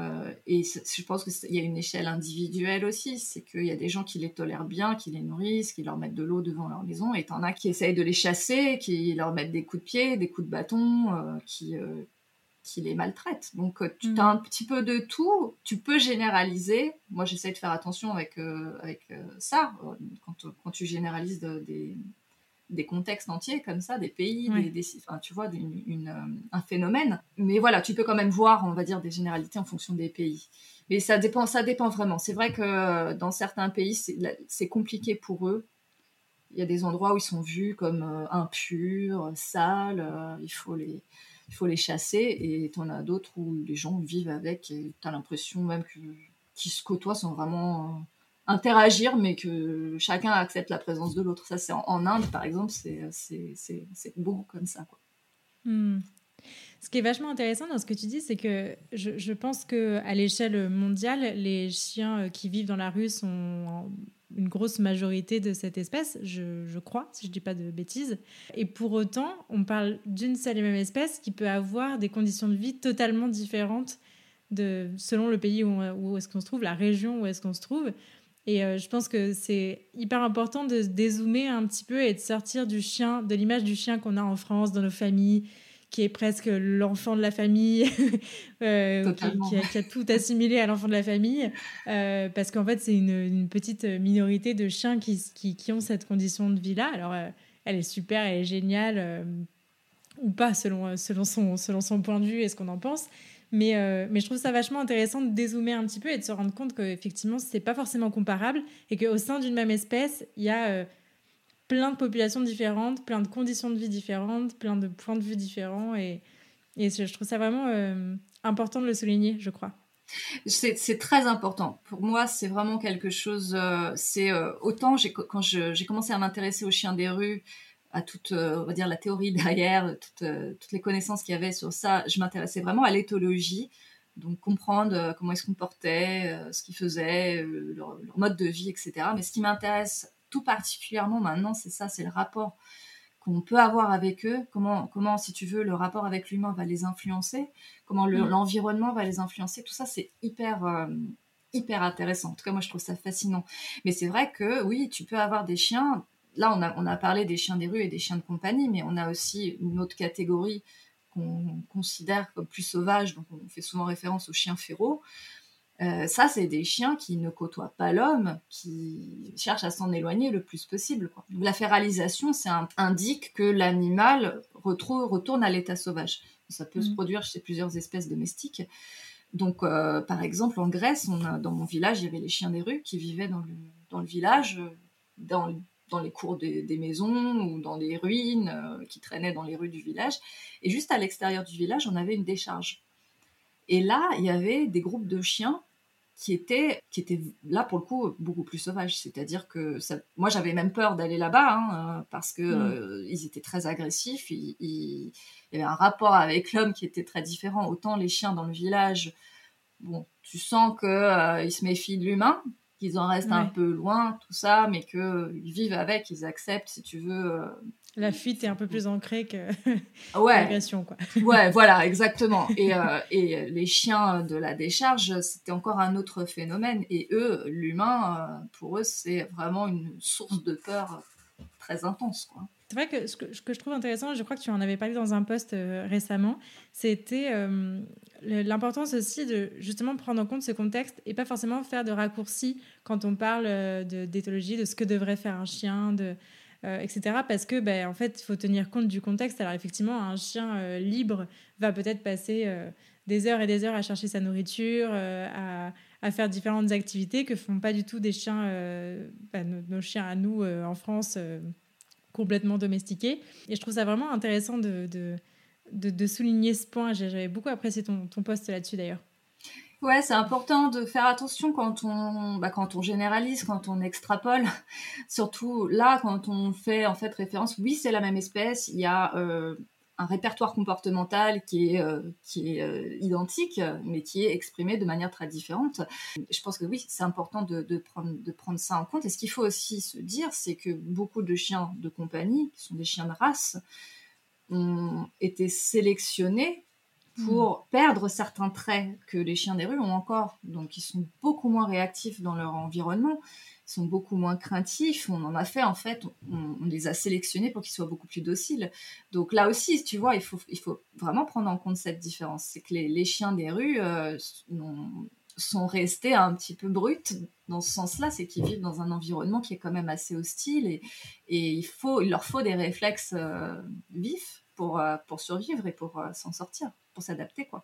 Je pense qu'il y a une échelle individuelle aussi. C'est qu'il y a des gens qui les tolèrent bien, qui les nourrissent, qui leur mettent de l'eau devant leur maison. Et t'en as qui essayent de les chasser, qui leur mettent des coups de pied, des coups de bâton, qui les maltraitent. Donc, tu as un petit peu de tout. Tu peux généraliser. Moi, j'essaie de faire attention avec ça. Quand tu généralises des contextes entiers comme ça, des pays, tu vois, un phénomène. Mais voilà, tu peux quand même voir, on va dire, des généralités en fonction des pays. Mais ça dépend vraiment. C'est vrai que dans certains pays, c'est compliqué pour eux. Il y a des endroits où ils sont vus comme impurs, sales, il faut les chasser, et t'en as d'autres où les gens vivent avec, et t'as l'impression même qu'ils se côtoient sans vraiment interagir, mais que chacun accepte la présence de l'autre. Ça, c'est en Inde, par exemple, c'est beaucoup comme ça, quoi. Ce qui est vachement intéressant dans ce que tu dis, c'est que je pense qu'à l'échelle mondiale, les chiens qui vivent dans la rue sont une grosse majorité de cette espèce, je crois, si je ne dis pas de bêtises. Et pour autant, on parle d'une seule et même espèce qui peut avoir des conditions de vie totalement différentes selon le pays où est-ce qu'on se trouve, la région où est-ce qu'on se trouve. Et je pense que c'est hyper important de dézoomer un petit peu et de sortir de l'image du chien qu'on a en France, dans nos familles, qui est presque l'enfant de la famille, qui a tout assimilé à l'enfant de la famille, parce qu'en fait, c'est une petite minorité de chiens qui ont cette condition de vie-là. Alors, elle est super, elle est géniale, ou pas, selon son point de vue et ce qu'on en pense. Mais je trouve ça vachement intéressant de dézoomer un petit peu et de se rendre compte qu'effectivement, c'est pas forcément comparable et qu'au sein d'une même espèce, il y a plein de populations différentes, plein de conditions de vie différentes, plein de points de vue différents. Et je trouve ça vraiment important de le souligner, je crois. C'est très important. Pour moi, c'est vraiment quelque chose... autant quand j'ai commencé à m'intéresser aux chiens des rues, à toute, on va dire, la théorie derrière, toutes les connaissances qu'il y avait sur ça, je m'intéressais vraiment à l'éthologie, donc comprendre comment ils se comportaient, ce qu'ils faisaient, leur mode de vie, etc. Mais ce qui m'intéresse tout particulièrement maintenant, c'est le rapport qu'on peut avoir avec eux, comment, si tu veux, le rapport avec l'humain va les influencer, comment l'environnement va les influencer, tout ça, c'est hyper intéressant. En tout cas, moi, je trouve ça fascinant. Mais c'est vrai que, oui, tu peux avoir des chiens... Là, on a parlé des chiens des rues et des chiens de compagnie, mais on a aussi une autre catégorie qu'on considère comme plus sauvage, donc on fait souvent référence aux chiens féraux. Ça, c'est des chiens qui ne côtoient pas l'homme, qui cherchent à s'en éloigner le plus possible, quoi. La féralisation, ça indique que l'animal retourne à l'état sauvage. Ça peut se produire chez plusieurs espèces domestiques. Donc, par exemple, en Grèce, dans mon village, il y avait les chiens des rues qui vivaient dans le village, dans les cours des maisons ou dans les ruines qui traînaient dans les rues du village. Et juste à l'extérieur du village, on avait une décharge. Et là, il y avait des groupes de chiens qui étaient là, pour le coup, beaucoup plus sauvages. C'est-à-dire que moi, j'avais même peur d'aller là-bas, parce que ils étaient très agressifs. Il y avait un rapport avec l'homme qui était très différent. Autant les chiens dans le village, bon, tu sens qu'ils se méfient de l'humain, qu'ils en restent un peu loin, tout ça, mais qu'ils vivent avec, ils acceptent, si tu veux. La fuite est un peu plus ancrée que ouais. l'agression, quoi. Ouais, voilà, exactement. Et les chiens de la décharge, c'était encore un autre phénomène. Et eux, l'humain, pour eux, c'est vraiment une source de peur très intense, quoi. C'est vrai que ce que je trouve intéressant, je crois que tu en avais parlé dans un post récemment, c'était l'importance aussi de justement prendre en compte ce contexte et pas forcément faire de raccourcis quand on parle d'éthologie, de ce que devrait faire un chien, etc. Parce que, en fait, il faut tenir compte du contexte. Alors effectivement, un chien libre va peut-être passer des heures et des heures à chercher sa nourriture, à faire différentes activités que font pas du tout des chiens, nos chiens à nous en France, complètement domestiqués. Et je trouve ça vraiment intéressant de souligner ce point. J'avais beaucoup apprécié ton post là-dessus d'ailleurs. Ouais, c'est important de faire attention quand on généralise, quand on extrapole. Surtout là, quand on fait en fait référence, oui, c'est la même espèce. Il y a un répertoire comportemental qui est identique, mais qui est exprimé de manière très différente. Je pense que oui, c'est important de prendre ça en compte. Et ce qu'il faut aussi se dire, c'est que beaucoup de chiens de compagnie, qui sont des chiens de race, ont été sélectionnés pour perdre certains traits que les chiens des rues ont encore. Donc, ils sont beaucoup moins réactifs dans leur environnement, ils sont beaucoup moins craintifs. On en a fait, en fait, on les a sélectionnés pour qu'ils soient beaucoup plus dociles. Donc là aussi, tu vois, il faut vraiment prendre en compte cette différence. C'est que les chiens des rues sont restés un petit peu bruts dans ce sens-là, c'est qu'ils vivent dans un environnement qui est quand même assez hostile et il leur faut des réflexes vifs pour survivre et pour s'en sortir, pour s'adapter, quoi.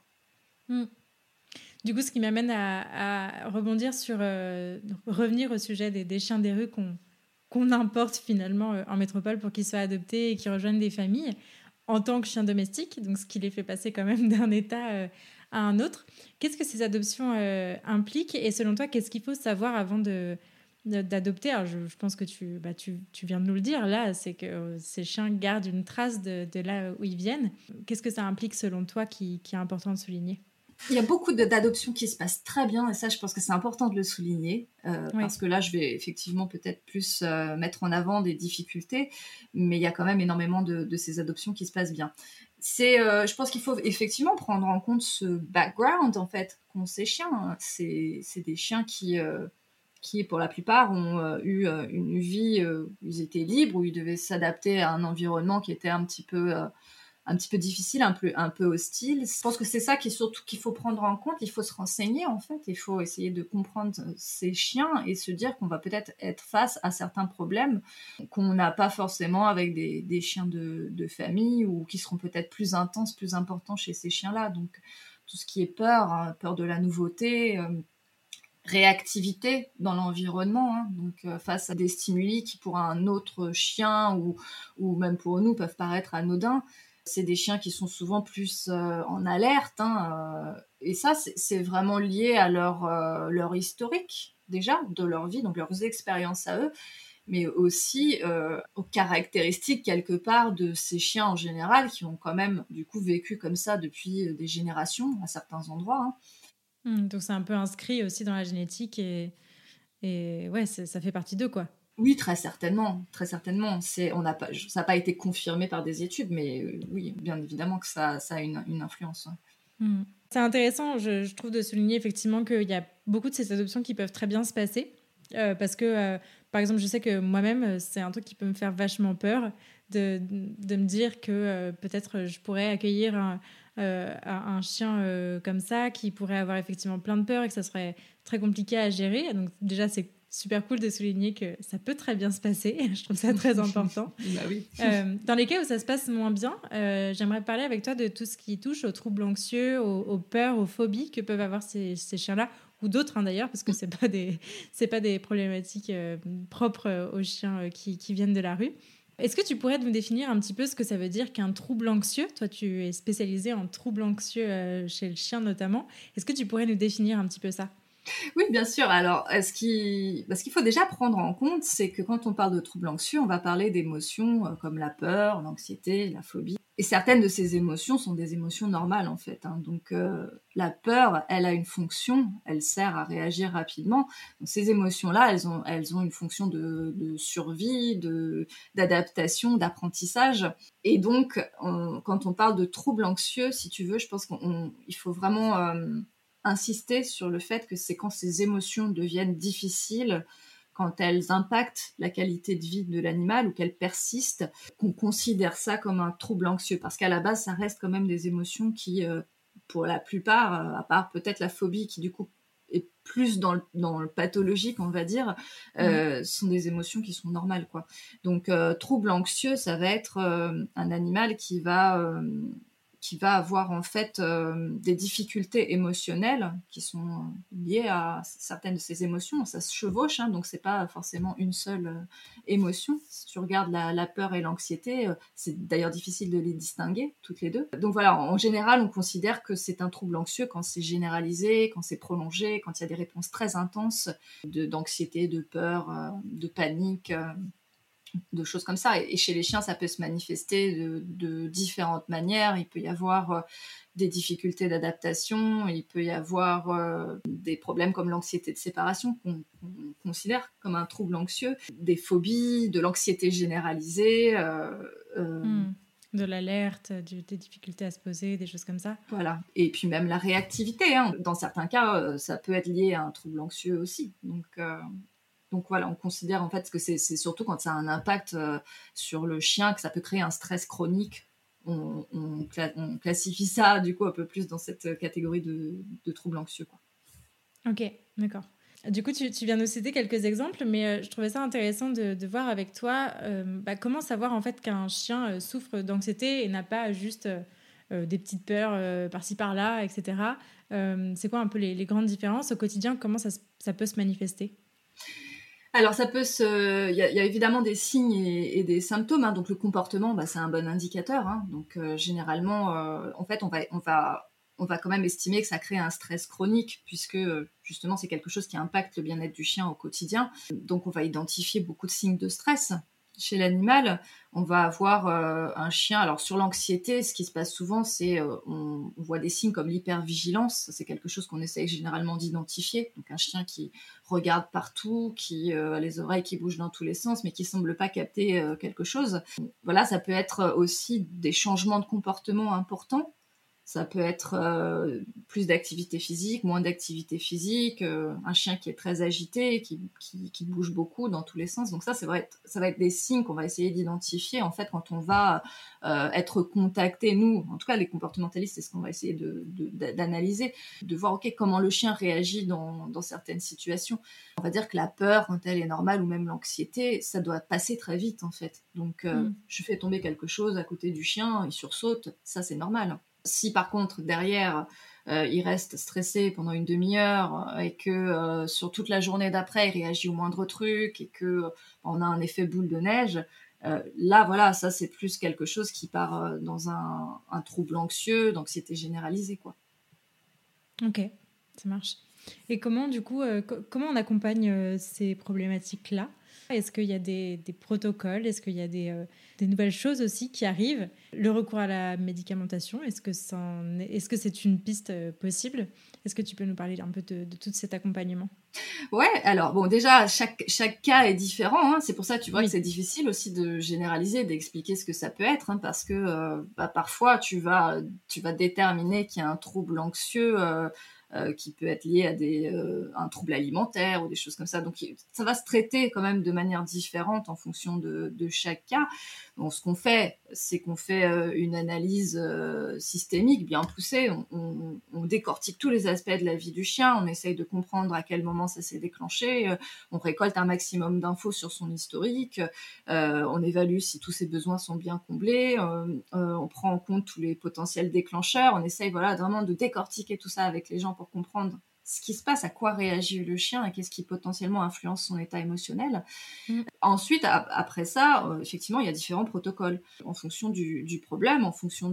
Du coup, ce qui m'amène à rebondir sur revenir au sujet des chiens des rues qu'on importe finalement en métropole pour qu'ils soient adoptés et qu'ils rejoignent des familles en tant que chiens domestiques, donc ce qui les fait passer quand même d'un état à un autre. Qu'est-ce que ces adoptions impliquent et selon toi, qu'est-ce qu'il faut savoir avant d'adopter? Alors, je pense que tu viens de nous le dire là, c'est que ces chiens gardent une trace de là où ils viennent. Qu'est-ce que ça implique selon toi qui est important de souligner? Il y a beaucoup d'adoptions qui se passent très bien et ça, je pense que c'est important de le souligner parce que là, je vais effectivement peut-être plus mettre en avant des difficultés, mais il y a quand même énormément de ces adoptions qui se passent bien. Je pense qu'il faut effectivement prendre en compte ce background en fait qu'ont ces chiens. C'est des chiens qui pour la plupart ont eu une vie où ils étaient libres, où ils devaient s'adapter à un environnement qui était un petit peu difficile, un peu hostile. Je pense que c'est ça qu'il faut prendre en compte. Il faut se renseigner, en fait. Il faut essayer de comprendre ces chiens et se dire qu'on va peut-être être face à certains problèmes qu'on n'a pas forcément avec des chiens de famille ou qui seront peut-être plus intenses, plus importants chez ces chiens-là. Donc, tout ce qui est peur, hein, peur de la nouveauté, réactivité dans l'environnement, hein, donc face à des stimuli qui pour un autre chien ou même pour nous peuvent paraître anodins. C'est des chiens qui sont souvent plus en alerte, hein, et ça, c'est vraiment lié à leur historique, déjà, de leur vie, donc leurs expériences à eux, mais aussi aux caractéristiques, quelque part, de ces chiens en général, qui ont quand même, du coup, vécu comme ça depuis des générations, à certains endroits. Hein. Donc, c'est un peu inscrit aussi dans la génétique et ouais, ça fait partie d'eux, quoi. Oui, très certainement, très certainement. Ça n'a pas été confirmé par des études, mais oui, bien évidemment que ça a une influence. C'est intéressant, je trouve, de souligner effectivement qu'il y a beaucoup de ces adoptions qui peuvent très bien se passer. Parce que, par exemple, je sais que moi-même, c'est un truc qui peut me faire vachement peur de me dire que peut-être je pourrais accueillir un chien comme ça qui pourrait avoir effectivement plein de peur et que ça serait très compliqué à gérer. Donc déjà, c'est super cool de souligner que ça peut très bien se passer. Je trouve ça très important. Bah oui. Dans les cas où ça se passe moins bien, j'aimerais parler avec toi de tout ce qui touche aux troubles anxieux, aux peurs, aux phobies que peuvent avoir ces chiens-là, ou d'autres hein, d'ailleurs, parce que c'est pas des problématiques propres aux chiens qui viennent de la rue. Est-ce que tu pourrais nous définir un petit peu ce que ça veut dire qu'un trouble anxieux? Toi, tu es spécialisée en troubles anxieux chez le chien notamment. Est-ce que tu pourrais nous définir un petit peu ça? Oui, bien sûr. Alors, ce qu'il faut déjà prendre en compte, c'est que quand on parle de troubles anxieux, on va parler d'émotions comme la peur, l'anxiété, la phobie. Et certaines de ces émotions sont des émotions normales, en fait, hein. Donc, la peur, elle a une fonction, elle sert à réagir rapidement. Donc, ces émotions-là, elles ont une fonction de survie, d'adaptation, d'apprentissage. Et donc, quand on parle de troubles anxieux, si tu veux, je pense qu'il faut vraiment insister sur le fait que c'est quand ces émotions deviennent difficiles, quand elles impactent la qualité de vie de l'animal ou qu'elles persistent, qu'on considère ça comme un trouble anxieux. Parce qu'à la base, ça reste quand même des émotions qui, pour la plupart, à part peut-être la phobie qui du coup est plus dans le pathologique, on va dire, sont des émotions qui sont normales, quoi. Donc, trouble anxieux, ça va être un animal qui va avoir en fait des difficultés émotionnelles qui sont liées à certaines de ces émotions. Ça se chevauche, hein, donc c'est pas forcément une seule émotion. Si tu regardes la peur et l'anxiété, c'est d'ailleurs difficile de les distinguer toutes les deux. Donc voilà, en général, on considère que c'est un trouble anxieux quand c'est généralisé, quand c'est prolongé, quand il y a des réponses très intenses d'anxiété, de peur, de panique. De choses comme ça. Et chez les chiens, ça peut se manifester de différentes manières. Il peut y avoir des difficultés d'adaptation, il peut y avoir des problèmes comme l'anxiété de séparation, qu'on considère comme un trouble anxieux, des phobies, de l'anxiété généralisée. De l'alerte, des difficultés à se poser, des choses comme ça. Voilà. Et puis même la réactivité, hein. Dans certains cas, ça peut être lié à un trouble anxieux aussi. Donc voilà, on considère en fait que c'est surtout quand ça a un impact sur le chien que ça peut créer un stress chronique. On classifie ça du coup un peu plus dans cette catégorie de troubles anxieux, quoi. Ok, d'accord. Du coup, tu viens de citer quelques exemples, mais je trouvais ça intéressant de voir avec toi comment savoir en fait qu'un chien souffre d'anxiété et n'a pas juste des petites peurs par-ci par-là, etc. C'est quoi un peu les grandes différences au quotidien? Comment ça peut se manifester? Alors, il y a évidemment des signes et des symptômes, hein. Donc, le comportement, c'est un bon indicateur, hein. Donc, généralement, en fait, on va quand même estimer que ça crée un stress chronique, puisque justement, c'est quelque chose qui impacte le bien-être du chien au quotidien. Donc, on va identifier beaucoup de signes de stress chez l'animal. On va avoir un chien. Alors, sur l'anxiété, ce qui se passe souvent, c'est on voit des signes comme l'hypervigilance. C'est quelque chose qu'on essaye généralement d'identifier. Donc, un chien qui regarde partout, qui a les oreilles qui bougent dans tous les sens, mais qui semble pas capter quelque chose. Voilà, ça peut être aussi des changements de comportement importants. Ça peut être plus d'activité physique, moins d'activité physique, un chien qui est très agité, qui bouge beaucoup dans tous les sens. Donc ça va être des signes qu'on va essayer d'identifier en fait quand on va être contacté. Nous, en tout cas les comportementalistes, c'est ce qu'on va essayer d'analyser, de voir comment le chien réagit dans certaines situations. On va dire que la peur, quand elle est normale, ou même l'anxiété, ça doit passer très vite en fait. Donc je fais tomber quelque chose à côté du chien, il sursaute, ça c'est normal. Si par contre derrière il reste stressé pendant une demi-heure et que sur toute la journée d'après il réagit au moindre truc et que on a un effet boule de neige, là voilà, ça c'est plus quelque chose qui part dans un trouble anxieux, d'anxiété généralisée, quoi. Ok, ça marche. Et comment du coup, comment on accompagne ces problématiques-là? Est-ce qu'il y a des protocoles? Est-ce qu'il y a des nouvelles choses aussi qui arrivent? Le recours à la médicamentation, est-ce que c'est une piste possible? Est-ce que tu peux nous parler un peu de tout cet accompagnement? Ouais, alors bon, déjà, chaque cas est différent, hein. C'est pour ça, tu vois, Oui. que c'est difficile aussi de généraliser, d'expliquer ce que ça peut être, hein, parce que parfois, tu vas déterminer qu'il y a un trouble anxieux qui peut être lié à un trouble alimentaire ou des choses comme ça. Donc, ça va se traiter quand même de manière différente en fonction de chaque cas. Bon, ce qu'on fait, c'est qu'on fait une analyse systémique bien poussée. On décortique tous les aspects de la vie du chien. On essaye de comprendre à quel moment ça s'est déclenché. On récolte un maximum d'infos sur son historique. On évalue si tous ses besoins sont bien comblés. On prend en compte tous les potentiels déclencheurs. On essaye vraiment de décortiquer tout ça avec les gens pour comprendre ce qui se passe, à quoi réagit le chien et qu'est-ce qui potentiellement influence son état émotionnel. Ensuite, après ça, effectivement, il y a différents protocoles en fonction du problème, en fonction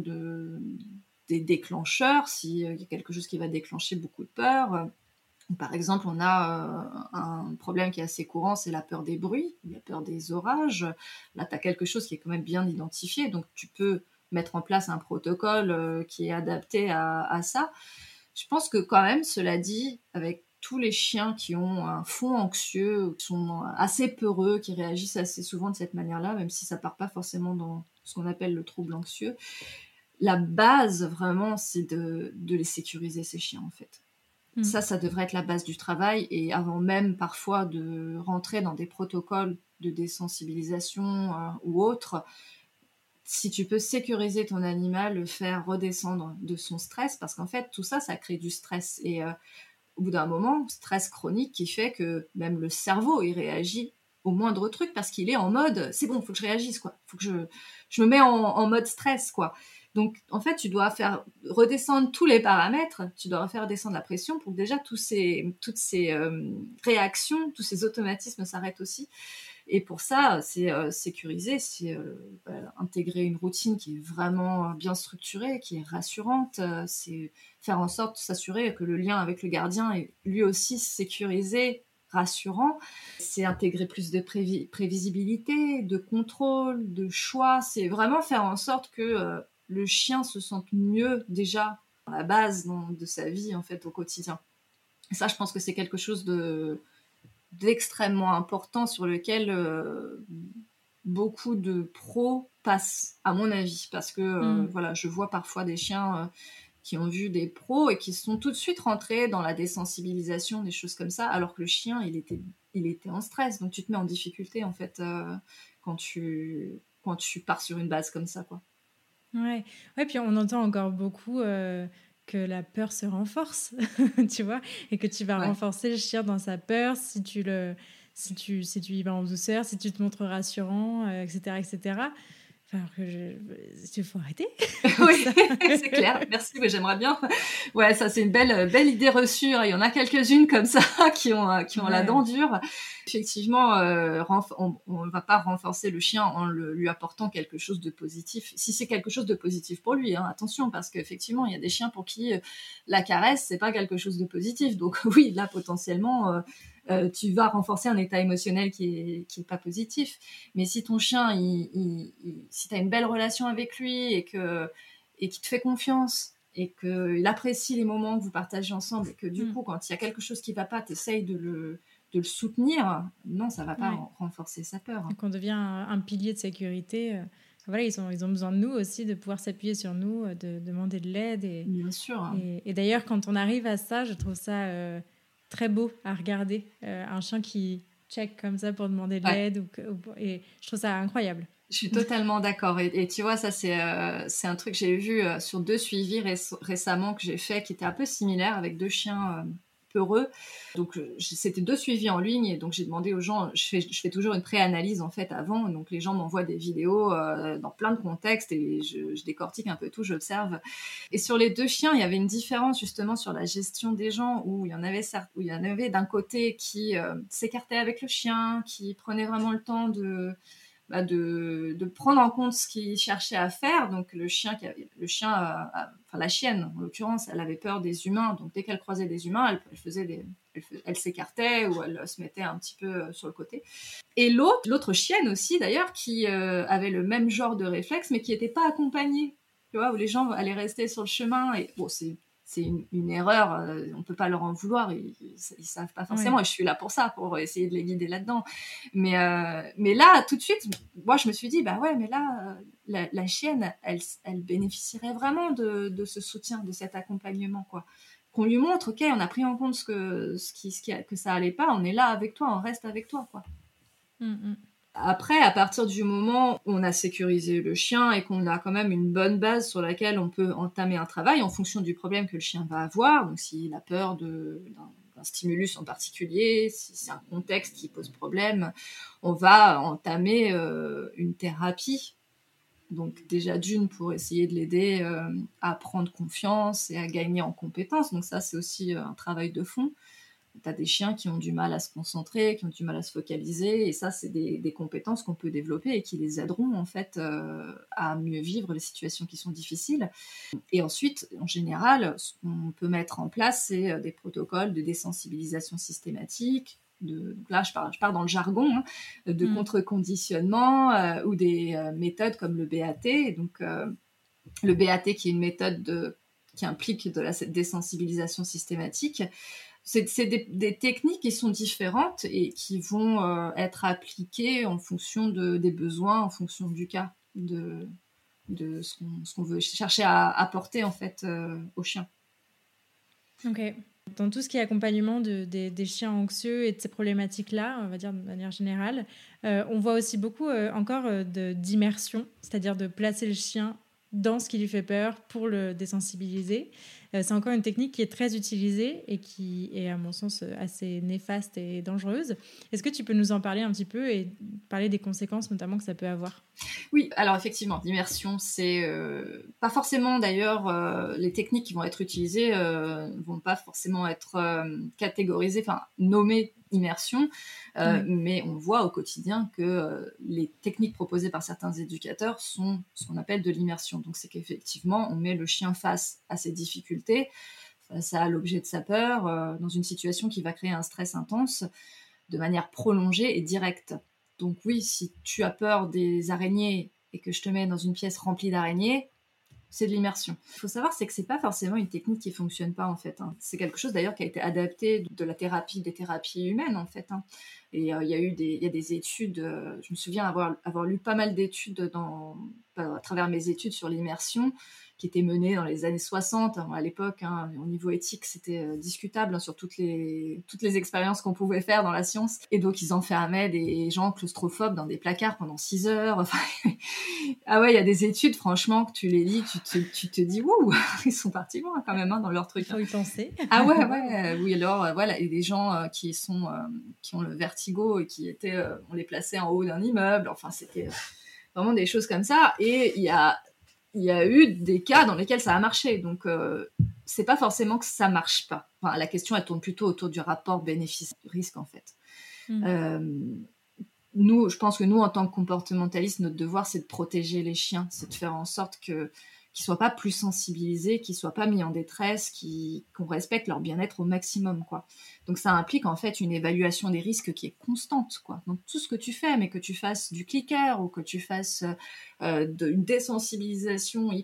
des déclencheurs, s'il y a quelque chose qui va déclencher beaucoup de peur. Par exemple, on a un problème qui est assez courant, c'est la peur des bruits, la peur des orages. Là, tu as quelque chose qui est quand même bien identifié, donc tu peux mettre en place un protocole qui est adapté à ça. Je pense que quand même, cela dit, avec tous les chiens qui ont un fond anxieux, qui sont assez peureux, qui réagissent assez souvent de cette manière-là, même si ça part pas forcément dans ce qu'on appelle le trouble anxieux, la base, vraiment, c'est de les sécuriser, ces chiens, en fait. Ça devrait être la base du travail, et avant même, parfois, de rentrer dans des protocoles de désensibilisation ou autres, si tu peux sécuriser ton animal, le faire redescendre de son stress, parce qu'en fait, tout ça, ça crée du stress. Et au bout d'un moment, stress chronique qui fait que même le cerveau, il réagit au moindre truc parce qu'il est en mode c'est bon, il faut que je réagisse, quoi. Il faut que je me mets en mode stress, quoi. Donc, en fait, tu dois faire redescendre tous les paramètres, tu dois faire descendre la pression pour que déjà toutes ces réactions, tous ces automatismes s'arrêtent aussi. Et pour ça, c'est sécuriser, c'est intégrer une routine qui est vraiment bien structurée, qui est rassurante, c'est faire en sorte de s'assurer que le lien avec le gardien est lui aussi sécurisé, rassurant. C'est intégrer plus de prévisibilité, de contrôle, de choix. C'est vraiment faire en sorte que le chien se sente mieux déjà à la base de sa vie, en fait, au quotidien. Et ça, je pense que c'est quelque chose d'extrêmement important sur lequel beaucoup de pros passent, à mon avis, parce que voilà, je vois parfois des chiens qui ont vu des pros et qui sont tout de suite rentrés dans la désensibilisation, des choses comme ça, alors que le chien, il était en stress. Donc tu te mets en difficulté, en fait, quand tu pars sur une base comme ça, quoi. Ouais, puis on entend encore beaucoup que la peur se renforce, tu vois, et que tu vas renforcer le chien dans sa peur si tu y vas en douceur, si tu te montres rassurant, etc., etc. Enfin, il faut arrêter. Oui, c'est clair. Merci, mais j'aimerais bien. Ouais, ça, c'est une belle idée reçue. Il y en a quelques-unes comme ça qui ont la dent dure. Effectivement, on ne va pas renforcer le chien en lui apportant quelque chose de positif. Si c'est quelque chose de positif pour lui, hein, attention, parce qu'effectivement, il y a des chiens pour qui la caresse, c'est pas quelque chose de positif. Donc oui, là, potentiellement, tu vas renforcer un état émotionnel qui est pas positif. Mais si ton chien, si tu as une belle relation avec lui et qu'il te fait confiance et qu'il apprécie les moments que vous partagez ensemble et que du coup, quand il y a quelque chose qui va pas, tu essayes de le soutenir, non, ça va pas renforcer sa peur. Donc on devient un pilier de sécurité. Voilà, ils ont besoin de nous aussi, de pouvoir s'appuyer sur nous, de demander de l'aide. Bien sûr. Et d'ailleurs, quand on arrive à ça, je trouve ça très beau à regarder. Un chien qui check comme ça pour demander de l'aide. Et je trouve ça incroyable. Je suis totalement d'accord. Et tu vois, ça, c'est un truc que j'ai vu sur 2 suivis récemment que j'ai fait, qui étaient un peu similaires, avec 2 chiens peureux. Donc, c'était 2 suivis en ligne. Et donc, j'ai demandé aux gens, je fais toujours une pré-analyse, en fait, avant. Donc, les gens m'envoient des vidéos dans plein de contextes et je décortique un peu tout, j'observe. Et sur les 2 chiens, il y avait une différence, justement, sur la gestion des gens, où il y en avait d'un côté qui s'écartait avec le chien, qui prenait vraiment le temps de prendre en compte ce qu'il cherchait à faire. Donc la chienne en l'occurrence, elle avait peur des humains, donc dès qu'elle croisait des humains, elle s'écartait ou elle se mettait un petit peu sur le côté. Et l'autre chienne aussi d'ailleurs, qui avait le même genre de réflexe, mais qui n'était pas accompagnée, tu vois, où les gens allaient rester sur le chemin. Et bon, c'est une erreur, on peut pas leur en vouloir, ils savent pas forcément, et je suis là pour ça, pour essayer de les guider là-dedans. Mais là, tout de suite, moi je me suis dit, bah ouais, mais là, la chienne, elle bénéficierait vraiment de ce soutien, de cet accompagnement, quoi. Qu'on lui montre, ok, on a pris en compte que ça allait pas, on est là avec toi, on reste avec toi, quoi. Après, à partir du moment où on a sécurisé le chien et qu'on a quand même une bonne base sur laquelle on peut entamer un travail en fonction du problème que le chien va avoir, donc s'il a peur d'un stimulus en particulier, si c'est un contexte qui pose problème, on va entamer une thérapie. Donc déjà d'une, pour essayer de l'aider à prendre confiance et à gagner en compétences. Donc ça, c'est aussi un travail de fond. Tu as des chiens qui ont du mal à se concentrer, qui ont du mal à se focaliser, et ça, c'est des compétences qu'on peut développer et qui les aideront en fait à mieux vivre les situations qui sont difficiles. Et ensuite, en général, ce qu'on peut mettre en place, c'est des protocoles de désensibilisation systématique. Donc là, je pars dans le jargon, de contre-conditionnement ou des méthodes comme le BAT. Donc, le BAT, qui est une méthode qui implique de la désensibilisation systématique. C'est des techniques qui sont différentes et qui vont être appliquées en fonction des besoins, en fonction du cas, de ce qu'on veut chercher à apporter en fait au chien. Ok. Dans tout ce qui est accompagnement des chiens anxieux et de ces problématiques-là, on va dire de manière générale, on voit aussi beaucoup encore d'immersion, c'est-à-dire de placer le chien dans ce qui lui fait peur pour le désensibiliser. C'est encore une technique qui est très utilisée et qui est, à mon sens, assez néfaste et dangereuse. Est-ce que tu peux nous en parler un petit peu et parler des conséquences notamment que ça peut avoir ? Oui, alors effectivement, l'immersion, c'est pas forcément d'ailleurs les techniques qui vont être utilisées vont pas forcément être catégorisées, enfin nommées immersion, mais on voit au quotidien que les techniques proposées par certains éducateurs sont ce qu'on appelle de l'immersion. Donc c'est qu'effectivement, on met le chien face à ses difficultés, face à l'objet de sa peur, dans une situation qui va créer un stress intense de manière prolongée et directe. Donc oui, si tu as peur des araignées et que je te mets dans une pièce remplie d'araignées, c'est de l'immersion. Il faut savoir, c'est que c'est pas forcément une technique qui fonctionne pas en fait. C'est quelque chose d'ailleurs qui a été adapté de la thérapie, des thérapies humaines en fait. Et il y a des études. Je me souviens avoir lu pas mal d'études à travers mes études sur l'immersion, qui étaient menées dans les années 60. À l'époque, au niveau éthique, c'était discutable sur toutes les expériences qu'on pouvait faire dans la science. Et donc, ils enfermaient des gens claustrophobes dans des placards pendant 6 heures. Enfin, ah ouais, il y a des études, franchement, que tu les lis, tu te dis, ouh, ils sont partis loin quand même dans leur truc. Il faut y penser. Ah ouais, oui, alors voilà, et des gens qui ont le vertigo et qui on les plaçait en haut d'un immeuble. Enfin, c'était vraiment des choses comme ça. Et il y a eu des cas dans lesquels ça a marché. Donc, c'est pas forcément que ça marche pas. Enfin, la question, elle tourne plutôt autour du rapport bénéfice-risque, en fait. Nous, je pense que nous, en tant que comportementalistes, notre devoir, c'est de protéger les chiens. C'est de faire en sorte qu'ils soient pas plus sensibilisés, qu'ils soient pas mis en détresse, qu'on respecte leur bien-être au maximum, quoi. Donc, ça implique, en fait, une évaluation des risques qui est constante, quoi. Donc, tout ce que tu fais, mais que tu fasses du clicker ou que tu fasses une désensibilisation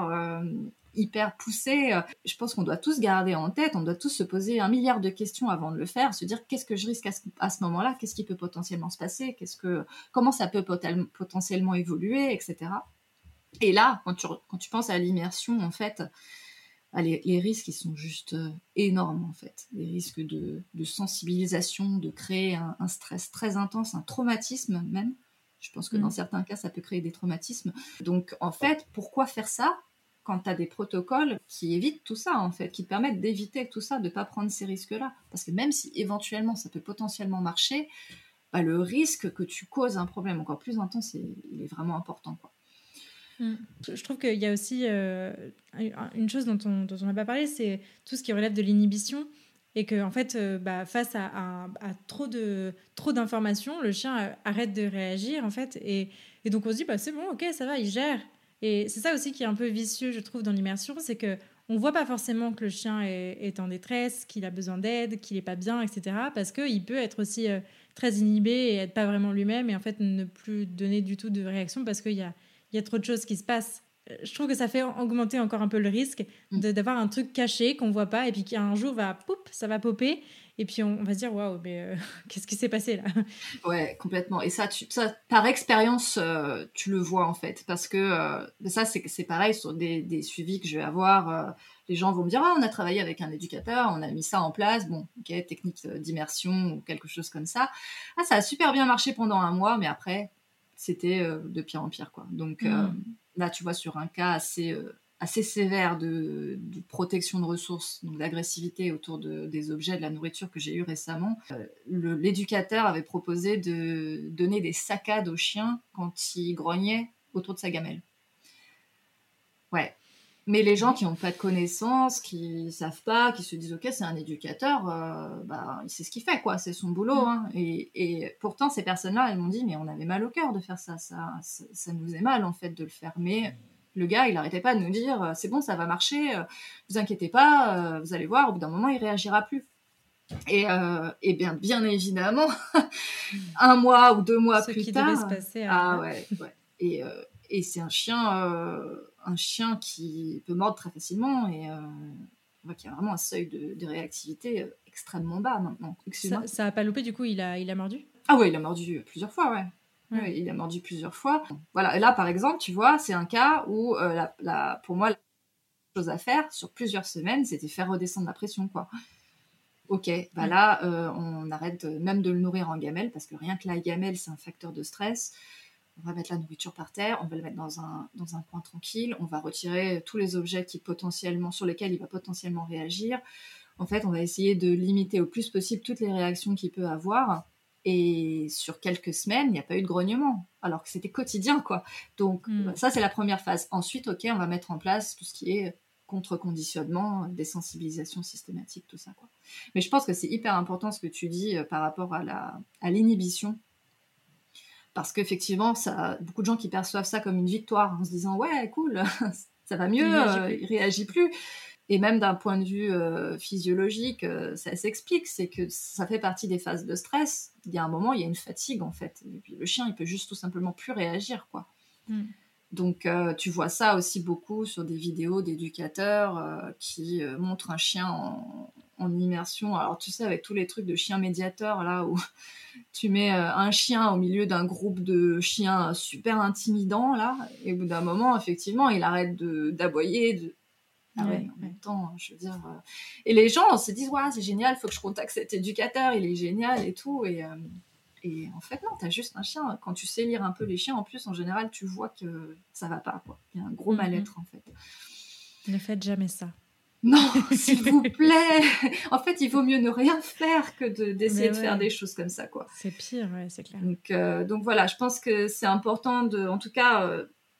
hyper poussée, je pense qu'on doit tous garder en tête, on doit tous se poser 1 milliard de questions avant de le faire, se dire qu'est-ce que je risque à ce moment-là, qu'est-ce qui peut potentiellement se passer, comment ça peut potentiellement évoluer, etc. Et là, quand tu penses à l'immersion, en fait, les risques, ils sont juste énormes, en fait. Les risques de sensibilisation, de créer un stress très intense, un traumatisme même. Je pense que dans certains cas, ça peut créer des traumatismes. Donc, en fait, pourquoi faire ça quand tu as des protocoles qui évitent tout ça, en fait, qui te permettent d'éviter tout ça, de ne pas prendre ces risques-là? Parce que même si éventuellement ça peut potentiellement marcher, le risque que tu causes un problème encore plus intense, il est vraiment important, quoi. Je trouve qu'il y a aussi une chose dont on n'a pas parlé, c'est tout ce qui relève de l'inhibition. Et que en fait, face à trop d'informations, le chien arrête de réagir, en fait. Et donc, on se dit, c'est bon, ok, ça va, il gère. Et c'est ça aussi qui est un peu vicieux, je trouve, dans l'immersion, c'est qu'on ne voit pas forcément que le chien est en détresse, qu'il a besoin d'aide, qu'il n'est pas bien, etc. Parce qu'il peut être aussi très inhibé et être pas vraiment lui-même et en fait ne plus donner du tout de réaction parce qu'il y a trop de choses qui se passent. Je trouve que ça fait augmenter encore un peu le risque d'avoir un truc caché qu'on ne voit pas et puis qui un jour ça va popper et puis on va se dire waouh, mais qu'est-ce qui s'est passé là? Ouais, complètement. Et ça par expérience, tu le vois en fait, parce que ça c'est pareil sur des suivis que je vais avoir. Les gens vont me dire on a travaillé avec un éducateur, on a mis ça en place, bon, ok, technique d'immersion ou quelque chose comme ça. Ça a super bien marché pendant 1 mois, mais après c'était de pire en pire, quoi. Donc là, tu vois, sur un cas assez sévère de protection de ressources, donc d'agressivité autour des objets, de la nourriture que j'ai eu récemment, l'éducateur avait proposé de donner des saccades aux chiens quand ils grognaient autour de sa gamelle. Ouais. Mais les gens qui n'ont pas de connaissances, qui savent pas, qui se disent ok, c'est un éducateur, il sait ce qu'il fait, quoi, c'est son boulot. Et pourtant, ces personnes-là, elles m'ont dit mais on avait mal au cœur de faire ça nous faisait mal en fait de le faire. Mais le gars, il n'arrêtait pas de nous dire c'est bon, ça va marcher, vous inquiétez pas, vous allez voir, au bout d'un moment, il réagira plus. Et bien évidemment, 1 mois ou 2 mois plus tard, devait se passer, ouais. Et c'est un chien un chien qui peut mordre très facilement et on voit qu'il y a vraiment un seuil de réactivité extrêmement bas maintenant. Ça a pas loupé, du coup, il a mordu? Ah ouais, il a mordu plusieurs fois, ouais. Ouais. Ouais, il a mordu plusieurs fois. Voilà, et là, par exemple, tu vois, c'est un cas où, pour moi, la chose à faire sur plusieurs semaines, c'était faire redescendre la pression, quoi. Ok, bah là, on arrête même de le nourrir en gamelle, parce que rien que la gamelle, c'est un facteur de stress. On va mettre la nourriture par terre, on va le mettre dans un coin tranquille, on va retirer tous les objets sur lesquels il va potentiellement réagir. En fait, on va essayer de limiter au plus possible toutes les réactions qu'il peut avoir. Et sur quelques semaines, il n'y a pas eu de grognement, alors que c'était quotidien, quoi. Donc, ça, c'est la première phase. Ensuite, ok, on va mettre en place tout ce qui est contre-conditionnement, désensibilisation systématique, tout ça, quoi. Mais je pense que c'est hyper important ce que tu dis par rapport à l'inhibition. Parce qu'effectivement, beaucoup de gens qui perçoivent ça comme une victoire, en se disant « Ouais, cool, ça va mieux, il réagit plus ». Et même d'un point de vue physiologique, ça s'explique, c'est que ça fait partie des phases de stress. Il y a un moment, il y a une fatigue, en fait. Et puis, le chien, il peut juste tout simplement plus réagir, quoi. Donc, tu vois ça aussi beaucoup sur des vidéos d'éducateurs qui montrent un chien en immersion. Alors, tu sais, avec tous les trucs de chiens médiateurs, là, où tu mets un chien au milieu d'un groupe de chiens super intimidants, là, et au bout d'un moment, effectivement, il arrête d'aboyer, Ah ouais, en même temps, je veux dire... Et les gens se disent « Ouais, c'est génial, il faut que je contacte cet éducateur, il est génial et tout. » Et en fait, non, t'as juste un chien. Quand tu sais lire un peu les chiens, en plus, en général, tu vois que ça va pas, quoi. Il y a un gros mal-être, en fait. Ne faites jamais ça. Non, s'il vous plaît. En fait, il vaut mieux ne rien faire que d'essayer de faire des choses comme ça, quoi. C'est pire, ouais, c'est clair. Donc voilà, je pense que c'est important en tout cas...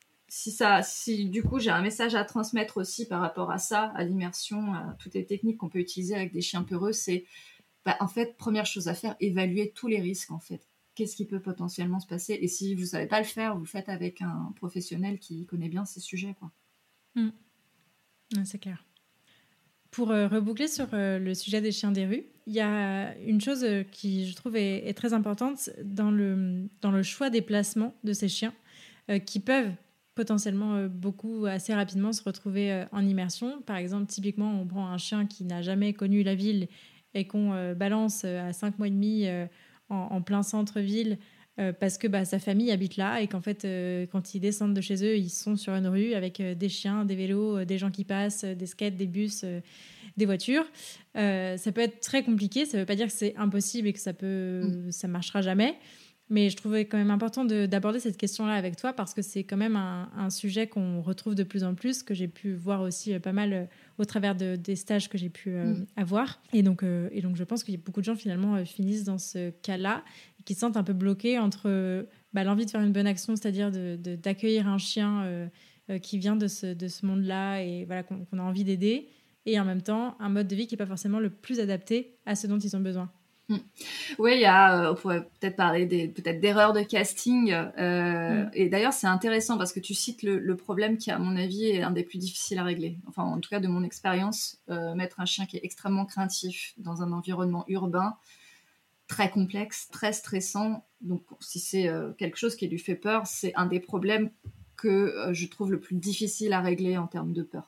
Si du coup j'ai un message à transmettre aussi par rapport à ça, à l'immersion, à toutes les techniques qu'on peut utiliser avec des chiens peureux, c'est en fait, première chose à faire, évaluer tous les risques en fait. Qu'est-ce qui peut potentiellement se passer? Et si vous ne savez pas le faire, vous le faites avec un professionnel qui connaît bien ces sujets, quoi. C'est clair. Pour reboucler sur le sujet des chiens des rues, il y a une chose qui, je trouve, est très importante dans le choix des placements de ces chiens qui peuvent potentiellement beaucoup assez rapidement se retrouver en immersion. Par exemple, typiquement, on prend un chien qui n'a jamais connu la ville et qu'on balance à 5 mois et demi en plein centre-ville parce que sa famille habite là et qu'en fait, quand ils descendent de chez eux, ils sont sur une rue avec des chiens, des vélos, des gens qui passent, des skates, des bus, des voitures. Ça peut être très compliqué. Ça ne veut pas dire que c'est impossible et que ça marchera jamais. Mais je trouvais quand même important d'aborder cette question-là avec toi parce que c'est quand même un sujet qu'on retrouve de plus en plus, que j'ai pu voir aussi pas mal au travers des stages que j'ai pu avoir. Et donc, je pense qu'il y a beaucoup de gens finalement finissent dans ce cas-là et qui se sentent un peu bloqués entre l'envie de faire une bonne action, c'est-à-dire d'accueillir un chien qui vient de ce monde-là et voilà, qu'on a envie d'aider, et en même temps un mode de vie qui n'est pas forcément le plus adapté à ce dont ils ont besoin. Oui, on pourrait peut-être parler d'erreurs de casting. Et d'ailleurs, c'est intéressant parce que tu cites le problème qui, à mon avis, est un des plus difficiles à régler. Enfin, en tout cas, de mon expérience, mettre un chien qui est extrêmement craintif dans un environnement urbain, très complexe, très stressant. Donc, si c'est quelque chose qui lui fait peur, c'est un des problèmes que je trouve le plus difficile à régler en termes de peur.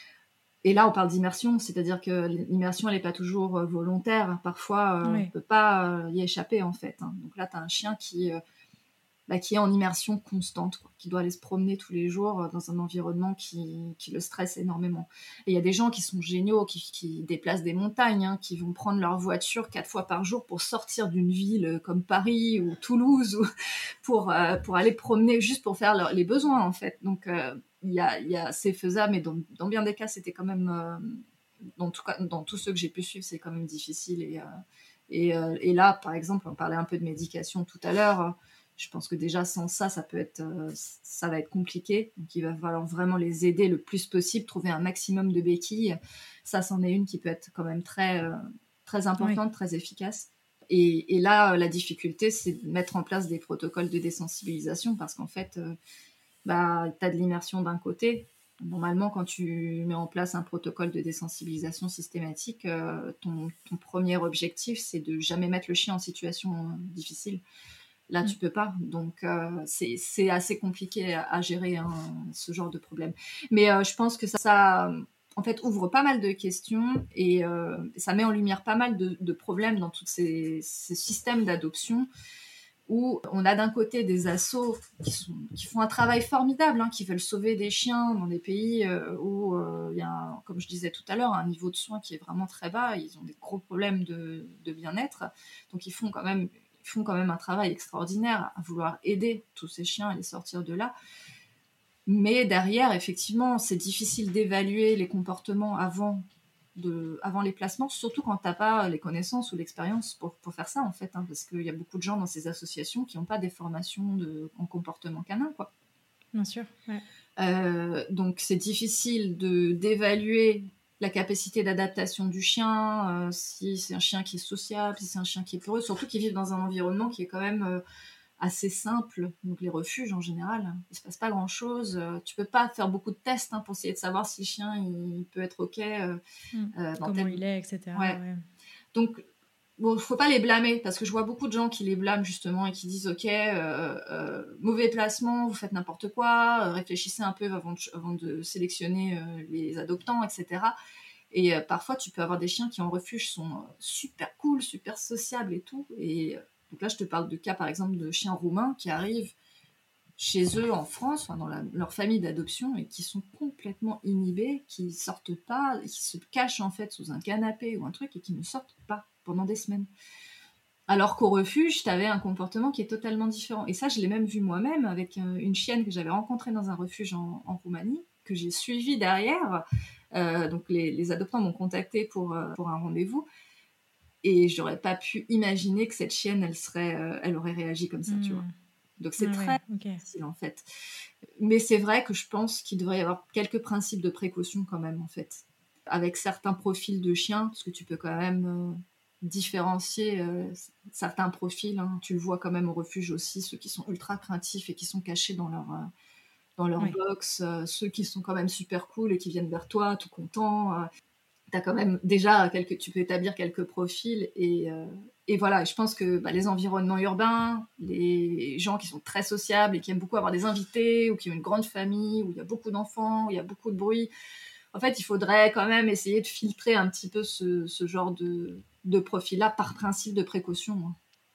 Et là, on parle d'immersion, c'est-à-dire que l'immersion, elle n'est pas toujours volontaire. Parfois, on ne peut pas y échapper, en fait. Donc là, tu as un chien qui est en immersion constante, quoi, qui doit aller se promener tous les jours dans un environnement qui le stresse énormément. Et il y a des gens qui sont géniaux, qui déplacent des montagnes, qui vont prendre leur voiture 4 fois par jour pour sortir d'une ville comme Paris ou Toulouse, pour aller promener, juste pour faire les besoins, en fait. Donc, c'est faisable, mais dans bien des cas, c'était quand même... en tout cas, dans tous ceux que j'ai pu suivre, c'est quand même difficile. Et là, par exemple, on parlait un peu de médication tout à l'heure. Je pense que déjà, sans ça, ça va être compliqué. Donc, il va falloir vraiment les aider le plus possible, trouver un maximum de béquilles. Ça, c'en est une qui peut être quand même très, très importante, très efficace. Et là, la difficulté, c'est de mettre en place des protocoles de désensibilisation parce qu'en fait, tu as de l'immersion d'un côté. Normalement, quand tu mets en place un protocole de désensibilisation systématique, ton premier objectif, c'est de jamais mettre le chien en situation difficile. Là, tu peux pas. Donc, c'est assez compliqué à gérer ce genre de problème. Mais je pense que ça en fait, ouvre pas mal de questions et ça met en lumière pas mal de problèmes dans tous ces systèmes d'adoption où on a d'un côté des assos qui font un travail formidable, qui veulent sauver des chiens dans des pays où il y a, comme je disais tout à l'heure, un niveau de soins qui est vraiment très bas. Ils ont des gros problèmes de bien-être. Donc, ils font quand même un travail extraordinaire à vouloir aider tous ces chiens à les sortir de là. Mais derrière, effectivement, c'est difficile d'évaluer les comportements avant les placements, surtout quand tu n'as pas les connaissances ou l'expérience pour faire ça, en fait, parce qu'il y a beaucoup de gens dans ces associations qui n'ont pas des formations en comportement canin, quoi. Bien sûr, ouais. Donc, c'est difficile d'évaluer la capacité d'adaptation du chien, si c'est un chien qui est sociable, si c'est un chien qui est peureux, surtout qu'ils vivent dans un environnement qui est quand même assez simple. Donc les refuges en général, il se passe pas grand chose. Tu peux pas faire beaucoup de tests pour essayer de savoir si le chien il peut être ok comment il est, etc. Ouais. Donc bon, faut pas les blâmer parce que je vois beaucoup de gens qui les blâment justement et qui disent ok, mauvais placement, vous faites n'importe quoi, réfléchissez un peu avant de sélectionner les adoptants, etc. Et parfois tu peux avoir des chiens qui en refuge sont super cool, super sociables et tout. Et donc là, je te parle de cas, par exemple, de chiens roumains qui arrivent chez eux en France, dans leur famille d'adoption, et qui sont complètement inhibés, qui sortent pas, qui se cachent en fait sous un canapé ou un truc et qui ne sortent pas pendant des semaines. Alors qu'au refuge, tu avais un comportement qui est totalement différent. Et ça, je l'ai même vu moi-même avec une chienne que j'avais rencontrée dans un refuge en Roumanie, que j'ai suivie derrière. Donc les adoptants m'ont contactée pour un rendez-vous. Et j'aurais pas pu imaginer que cette chienne, elle aurait réagi comme ça, tu vois. Donc c'est très difficile en fait. Mais c'est vrai que je pense qu'il devrait y avoir quelques principes de précaution quand même en fait. Avec certains profils de chiens, parce que tu peux quand même différencier certains profils. Tu le vois quand même au refuge aussi, ceux qui sont ultra craintifs et qui sont cachés dans leur box, ceux qui sont quand même super cool et qui viennent vers toi tout contents. T'as quand même déjà tu peux établir quelques profils et voilà. Et je pense que les environnements urbains, les gens qui sont très sociables et qui aiment beaucoup avoir des invités ou qui ont une grande famille où il y a beaucoup d'enfants, où il y a beaucoup de bruit, en fait, il faudrait quand même essayer de filtrer un petit peu ce genre de profil-là par principe de précaution.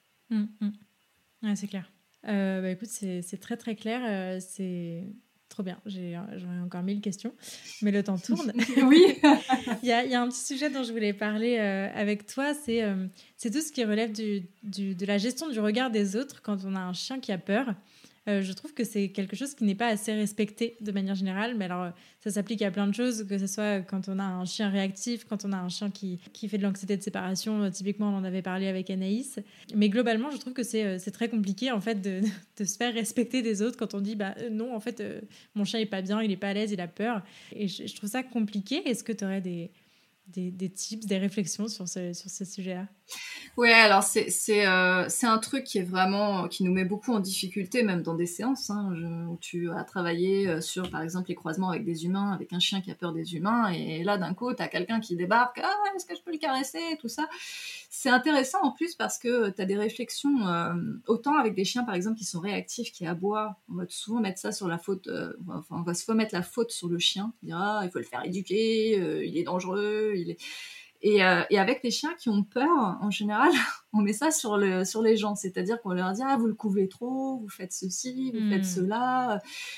Ouais, c'est clair. Écoute, c'est très très clair. C'est trop bien. J'aurais encore 1000 questions, mais le temps tourne. Oui. Il y a un petit sujet dont je voulais parler avec toi, c'est tout ce qui relève de la gestion du regard des autres quand on a un chien qui a peur. Je trouve que c'est quelque chose qui n'est pas assez respecté de manière générale, mais alors ça s'applique à plein de choses, que ce soit quand on a un chien réactif, quand on a un chien qui fait de l'anxiété de séparation, typiquement on en avait parlé avec Anaïs, mais globalement je trouve que c'est très compliqué en fait de se faire respecter des autres quand on dit non en fait mon chien est pas bien, il est pas à l'aise, il a peur, et je trouve ça compliqué. Est-ce que tu aurais des tips, des réflexions sur ce sujet-là? Ouais, alors c'est un truc qui nous met beaucoup en difficulté, même dans des séances où tu as travaillé sur, par exemple, les croisements avec des humains, avec un chien qui a peur des humains, et là, d'un coup, t'as quelqu'un qui débarque, est-ce que je peux le caresser, tout ça. C'est intéressant en plus parce que t'as des réflexions, autant avec des chiens, par exemple, qui sont réactifs, qui aboient, on va souvent mettre ça sur la faute, on va souvent mettre la faute sur le chien, dire, il faut le faire éduquer, il est dangereux, Et avec les chiens qui ont peur, en général, on met ça sur les gens. C'est-à-dire qu'on leur dit « Ah, vous le couvez trop, vous faites ceci, vous faites cela. »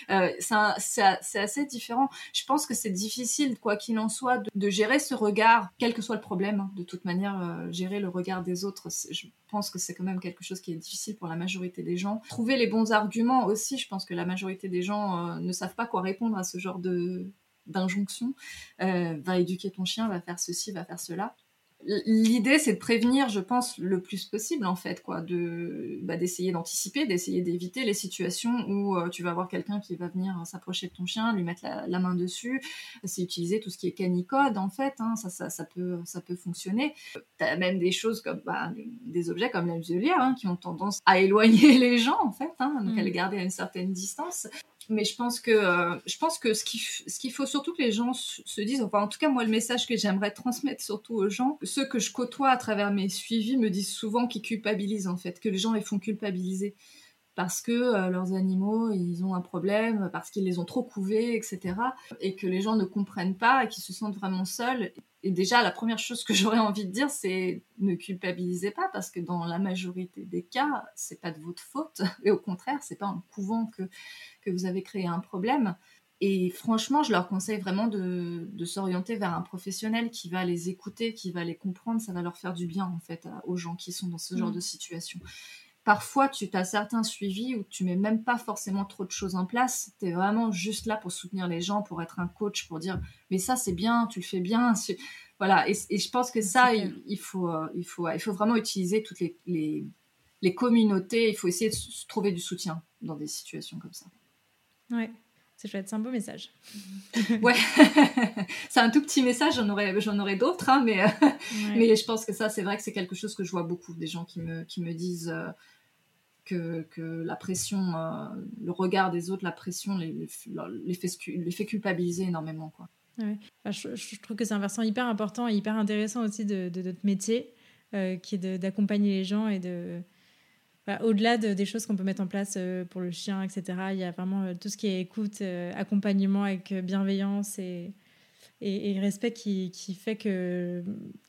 C'est assez différent. Je pense que c'est difficile, quoi qu'il en soit, de gérer ce regard, quel que soit le problème. De toute manière, gérer le regard des autres, je pense que c'est quand même quelque chose qui est difficile pour la majorité des gens. Trouver les bons arguments aussi, je pense que la majorité des gens ne savent pas quoi répondre à ce genre d'injonction, va éduquer ton chien, va faire ceci, va faire cela. L'idée, c'est de prévenir, je pense, le plus possible, en fait, quoi, d'essayer d'anticiper, d'essayer d'éviter les situations où tu vas avoir quelqu'un qui va venir s'approcher de ton chien, lui mettre la main dessus. C'est utiliser tout ce qui est canicode, en fait, ça peut fonctionner. T'as même des choses comme des objets comme la muselière qui ont tendance à éloigner les gens, en fait, donc à les garder à une certaine distance. Mais je pense que ce qu'il faut surtout que les gens se disent, enfin en tout cas moi le message que j'aimerais transmettre surtout aux gens, ceux que je côtoie à travers mes suivis me disent souvent qu'ils culpabilisent en fait, que les gens les font culpabiliser parce que leurs animaux ils ont un problème, parce qu'ils les ont trop couvés, etc. Et que les gens ne comprennent pas et qu'ils se sentent vraiment seuls. Et déjà la première chose que j'aurais envie de dire c'est ne culpabilisez pas parce que dans la majorité des cas c'est pas de votre faute et au contraire c'est pas en couvant que vous avez créé un problème. Et franchement, je leur conseille vraiment de s'orienter vers un professionnel qui va les écouter, qui va les comprendre. Ça va leur faire du bien, en fait, aux gens qui sont dans ce genre de situation. Parfois, tu as certains suivis où tu mets même pas forcément trop de choses en place. Tu es vraiment juste là pour soutenir les gens, pour être un coach, pour dire « mais ça, c'est bien, tu le fais bien ». Voilà, et je pense que ça, il faut vraiment utiliser toutes les communautés. Il faut essayer de trouver du soutien dans des situations comme ça. Ouais, c'est chouette, c'est un beau message. Ouais, c'est un tout petit message, j'en aurais d'autres, hein, mais je pense que ça, c'est vrai que c'est quelque chose que je vois beaucoup, des gens qui me disent que la pression, le regard des autres, la pression les fait culpabiliser énormément, quoi. Ouais. Enfin, je trouve que c'est un versant hyper important et hyper intéressant aussi de notre métier, qui est d'accompagner les gens et de... au-delà des choses qu'on peut mettre en place pour le chien, etc., il y a vraiment tout ce qui est écoute, accompagnement avec bienveillance et respect qui fait que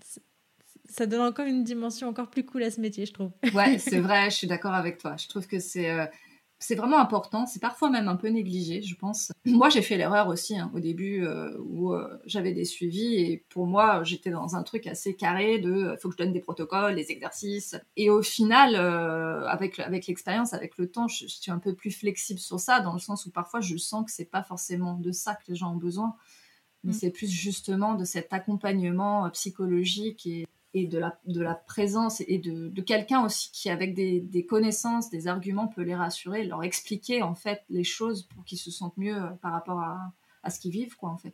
ça donne encore une dimension encore plus cool à ce métier, je trouve. Ouais, c'est vrai, je suis d'accord avec toi. Je trouve que c'est vraiment important. C'est parfois même un peu négligé, je pense. Moi, j'ai fait l'erreur aussi au début où j'avais des suivis et pour moi, j'étais dans un truc assez carré de faut que je donne des protocoles, des exercices. Et au final, avec l'expérience, avec le temps, je suis un peu plus flexible sur ça dans le sens où parfois je sens que c'est pas forcément de ça que les gens ont besoin, mais c'est plus justement de cet accompagnement psychologique et de la présence et de quelqu'un aussi qui, avec des connaissances, des arguments, peut les rassurer, leur expliquer en fait les choses pour qu'ils se sentent mieux par rapport à ce qu'ils vivent, quoi, en fait.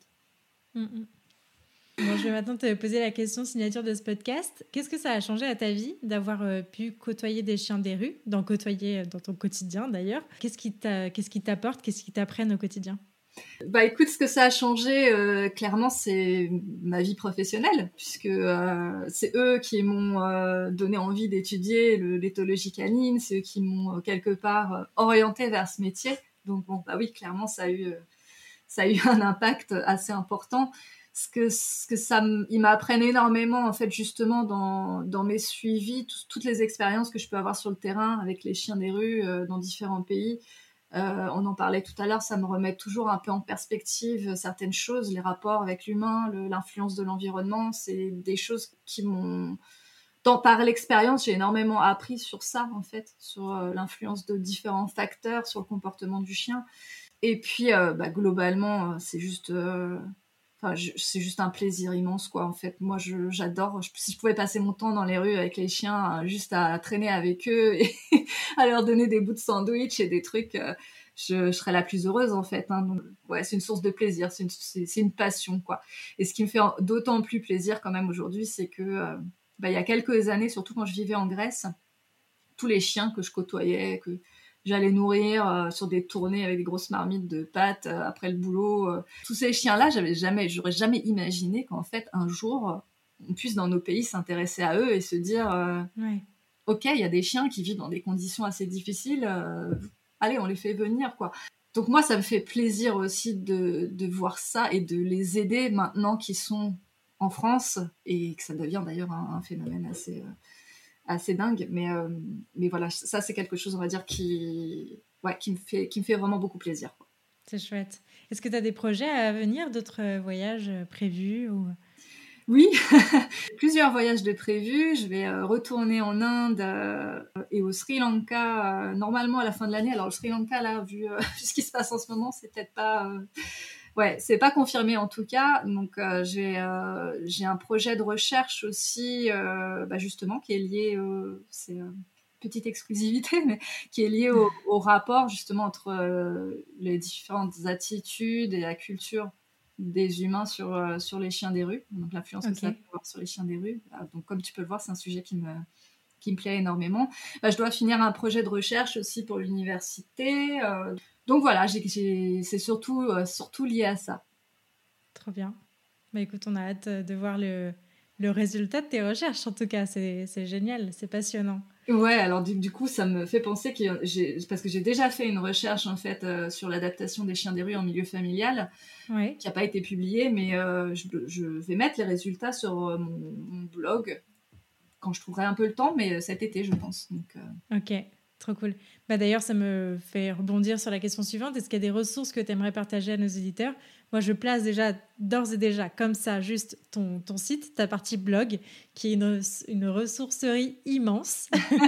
Bon, je vais maintenant te poser la question signature de ce podcast. Qu'est-ce que ça a changé à ta vie d'avoir pu côtoyer des chiens des rues, d'en côtoyer dans ton quotidien d'ailleurs? Qu'est-ce qui t'apporte, qu'est-ce qui t'apprennent au quotidien? Bah écoute, ce que ça a changé, clairement, c'est ma vie professionnelle, puisque c'est eux qui m'ont donné envie d'étudier l'éthologie canine, c'est eux qui m'ont quelque part orienté vers ce métier. Donc bon, bah oui, clairement, ça a eu un impact assez important. Ils m'apprennent énormément, en fait, justement, dans mes suivis, toutes les expériences que je peux avoir sur le terrain avec les chiens des rues dans différents pays. On en parlait tout à l'heure, ça me remet toujours un peu en perspective certaines choses, les rapports avec l'humain, l'influence de l'environnement, c'est des choses qui m'ont... Par l'expérience, j'ai énormément appris sur ça, en fait, sur l'influence de différents facteurs sur le comportement du chien. Et puis, globalement, c'est juste un plaisir immense, quoi, en fait. Moi, j'adore. Si je pouvais passer mon temps dans les rues avec les chiens, juste à traîner avec eux et à leur donner des bouts de sandwich et des trucs, je serais la plus heureuse, en fait. Donc, ouais, c'est une source de plaisir, c'est une passion, quoi. Et ce qui me fait d'autant plus plaisir, quand même, aujourd'hui, c'est que, il y a quelques années, surtout quand je vivais en Grèce, tous les chiens que je côtoyais, que j'allais nourrir sur des tournées avec des grosses marmites de pâtes après le boulot. Tous ces chiens-là, j'aurais jamais imaginé qu'en fait, un jour, on puisse dans nos pays s'intéresser à eux et se dire ok, il y a des chiens qui vivent dans des conditions assez difficiles, allez, on les fait venir, quoi. Donc moi, ça me fait plaisir aussi de voir ça et de les aider maintenant qu'ils sont en France et que ça devient d'ailleurs un phénomène assez dingue, mais voilà, ça c'est quelque chose, on va dire, qui me fait vraiment beaucoup plaisir, quoi. C'est chouette. Est-ce que tu as des projets à venir, d'autres voyages prévus ou... Oui, plusieurs voyages de prévus. Je vais retourner en Inde et au Sri Lanka normalement à la fin de l'année. Alors le Sri Lanka, là, vu ce qui se passe en ce moment, c'est peut-être pas... Ouais, c'est pas confirmé en tout cas. Donc j'ai un projet de recherche aussi, justement, qui est lié, c'est petite exclusivité, mais qui est lié au rapport justement entre les différentes attitudes et la culture des humains sur les chiens des rues. Donc l'influence que ça peut avoir sur les chiens des rues. Donc comme tu peux le voir, c'est un sujet qui qui me plaît énormément. Je dois finir un projet de recherche aussi pour l'université. Donc voilà, c'est surtout lié à ça. Trop bien. Écoute, on a hâte de voir le résultat de tes recherches. En tout cas, c'est génial, c'est passionnant. Ouais, alors du coup, ça me fait penser parce que j'ai déjà fait une recherche en fait sur l'adaptation des chiens des rues en milieu familial, ouais. qui n'a pas été publiée, mais je vais mettre les résultats sur mon blog quand je trouverai un peu le temps, mais cet été, je pense. Donc, Ok, trop cool. D'ailleurs, ça me fait rebondir sur la question suivante. Est-ce qu'il y a des ressources que tu aimerais partager à nos éditeurs ? Moi, je place d'ores et déjà, comme ça, juste ton site, ta partie blog, qui est une ressourcerie immense.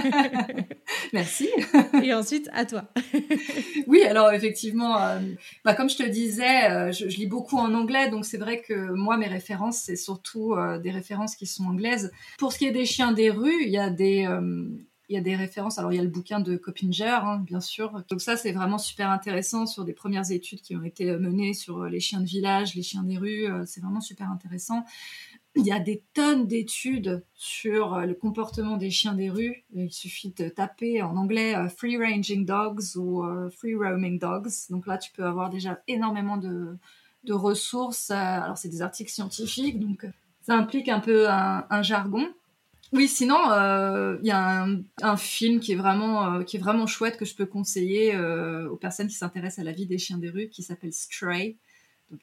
Merci. Et ensuite, à toi. Oui, alors effectivement, comme je te disais, je lis beaucoup en anglais, donc c'est vrai que moi, mes références, c'est surtout des références qui sont anglaises. Pour ce qui est des chiens des rues, il y a des références. Alors, il y a le bouquin de Coppinger, bien sûr. Donc ça, c'est vraiment super intéressant sur des premières études qui ont été menées sur les chiens de village, les chiens des rues. C'est vraiment super intéressant. Il y a des tonnes d'études sur le comportement des chiens des rues. Il suffit de taper en anglais Free Ranging Dogs ou Free Roaming Dogs. Donc là, tu peux avoir déjà énormément de ressources. Alors, c'est des articles scientifiques, donc ça implique un peu un jargon. Oui, sinon, il y a un film qui est vraiment chouette que je peux conseiller aux personnes qui s'intéressent à la vie des chiens des rues, qui s'appelle Stray, donc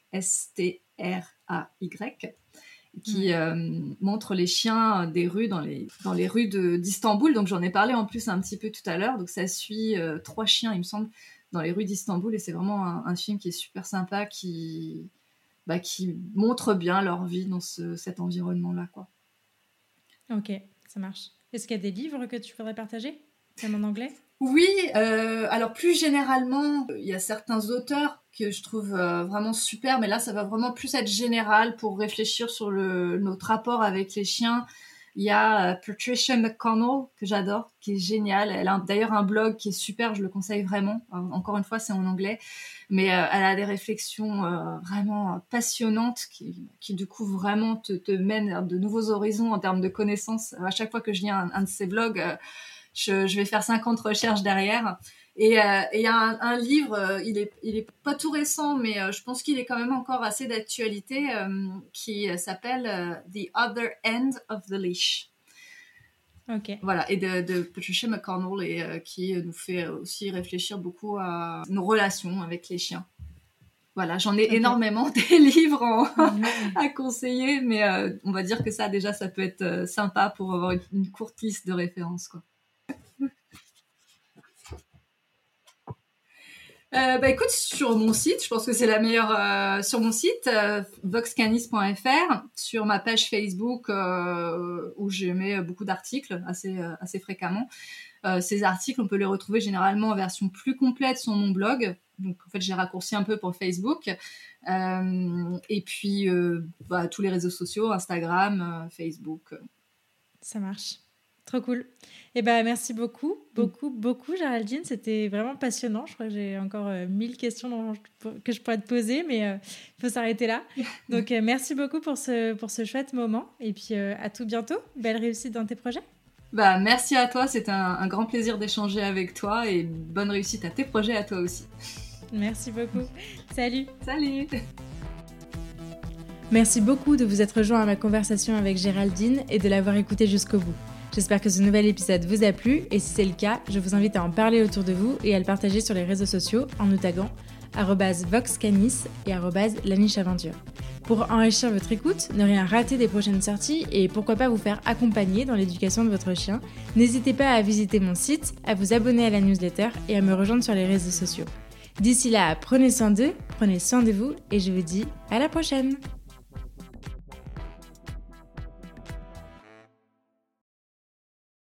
S-T-R-A-Y, qui montre les chiens des rues dans les rues d'Istanbul. Donc j'en ai parlé en plus un petit peu tout à l'heure. Donc ça suit 3 chiens, il me semble, dans les rues d'Istanbul, et c'est vraiment un film qui est super sympa, qui montre bien leur vie dans cet environnement-là, quoi. Ok, ça marche. Est-ce qu'il y a des livres que tu voudrais partager, même en anglais ? Oui, alors plus généralement, il y a certains auteurs que je trouve vraiment super, mais là, ça va vraiment plus être général pour réfléchir sur notre rapport avec les chiens. Il y a Patricia McConnell, que j'adore, qui est géniale. Elle a d'ailleurs un blog qui est super, je le conseille vraiment. Encore une fois, c'est en anglais. Mais elle a des réflexions vraiment passionnantes qui du coup, vraiment te mènent vers de nouveaux horizons en termes de connaissances. À chaque fois que je lis un de ses blogs, je vais faire 50 recherches derrière. Et il y a un livre, il est pas tout récent, mais je pense qu'il est quand même encore assez d'actualité, qui s'appelle The Other End of the Leash. Ok. Voilà, et de Patricia McConnell, et qui nous fait aussi réfléchir beaucoup à nos relations avec les chiens. Voilà, j'en ai énormément des livres à conseiller, mais on va dire que ça peut être sympa pour avoir une courte liste de références, quoi. Écoute, sur mon site, je pense que c'est la meilleure, sur mon site, voxcanis.fr, sur ma page Facebook, où je mets beaucoup d'articles assez fréquemment. Ces articles, on peut les retrouver généralement en version plus complète sur mon blog. Donc, en fait, j'ai raccourci un peu pour Facebook. Et puis, tous les réseaux sociaux, Instagram, Facebook. Ça marche. Trop cool. Merci beaucoup, Géraldine. C'était vraiment passionnant. Je crois que j'ai encore 1000 questions que je pourrais te poser, mais il faut s'arrêter là. Donc, merci beaucoup pour ce chouette moment. Et puis, à tout bientôt. Belle réussite dans tes projets. Merci à toi. C'était un grand plaisir d'échanger avec toi, et bonne réussite à tes projets, à toi aussi. Merci beaucoup. Salut. Salut. Merci beaucoup de vous être rejoint à ma conversation avec Géraldine et de l'avoir écoutée jusqu'au bout. J'espère que ce nouvel épisode vous a plu, et si c'est le cas, je vous invite à en parler autour de vous et à le partager sur les réseaux sociaux en nous taguant @voxcanis et @lanicheaventure. Pour enrichir votre écoute, ne rien rater des prochaines sorties et pourquoi pas vous faire accompagner dans l'éducation de votre chien, n'hésitez pas à visiter mon site, à vous abonner à la newsletter et à me rejoindre sur les réseaux sociaux. D'ici là, prenez soin d'eux, prenez soin de vous et je vous dis à la prochaine!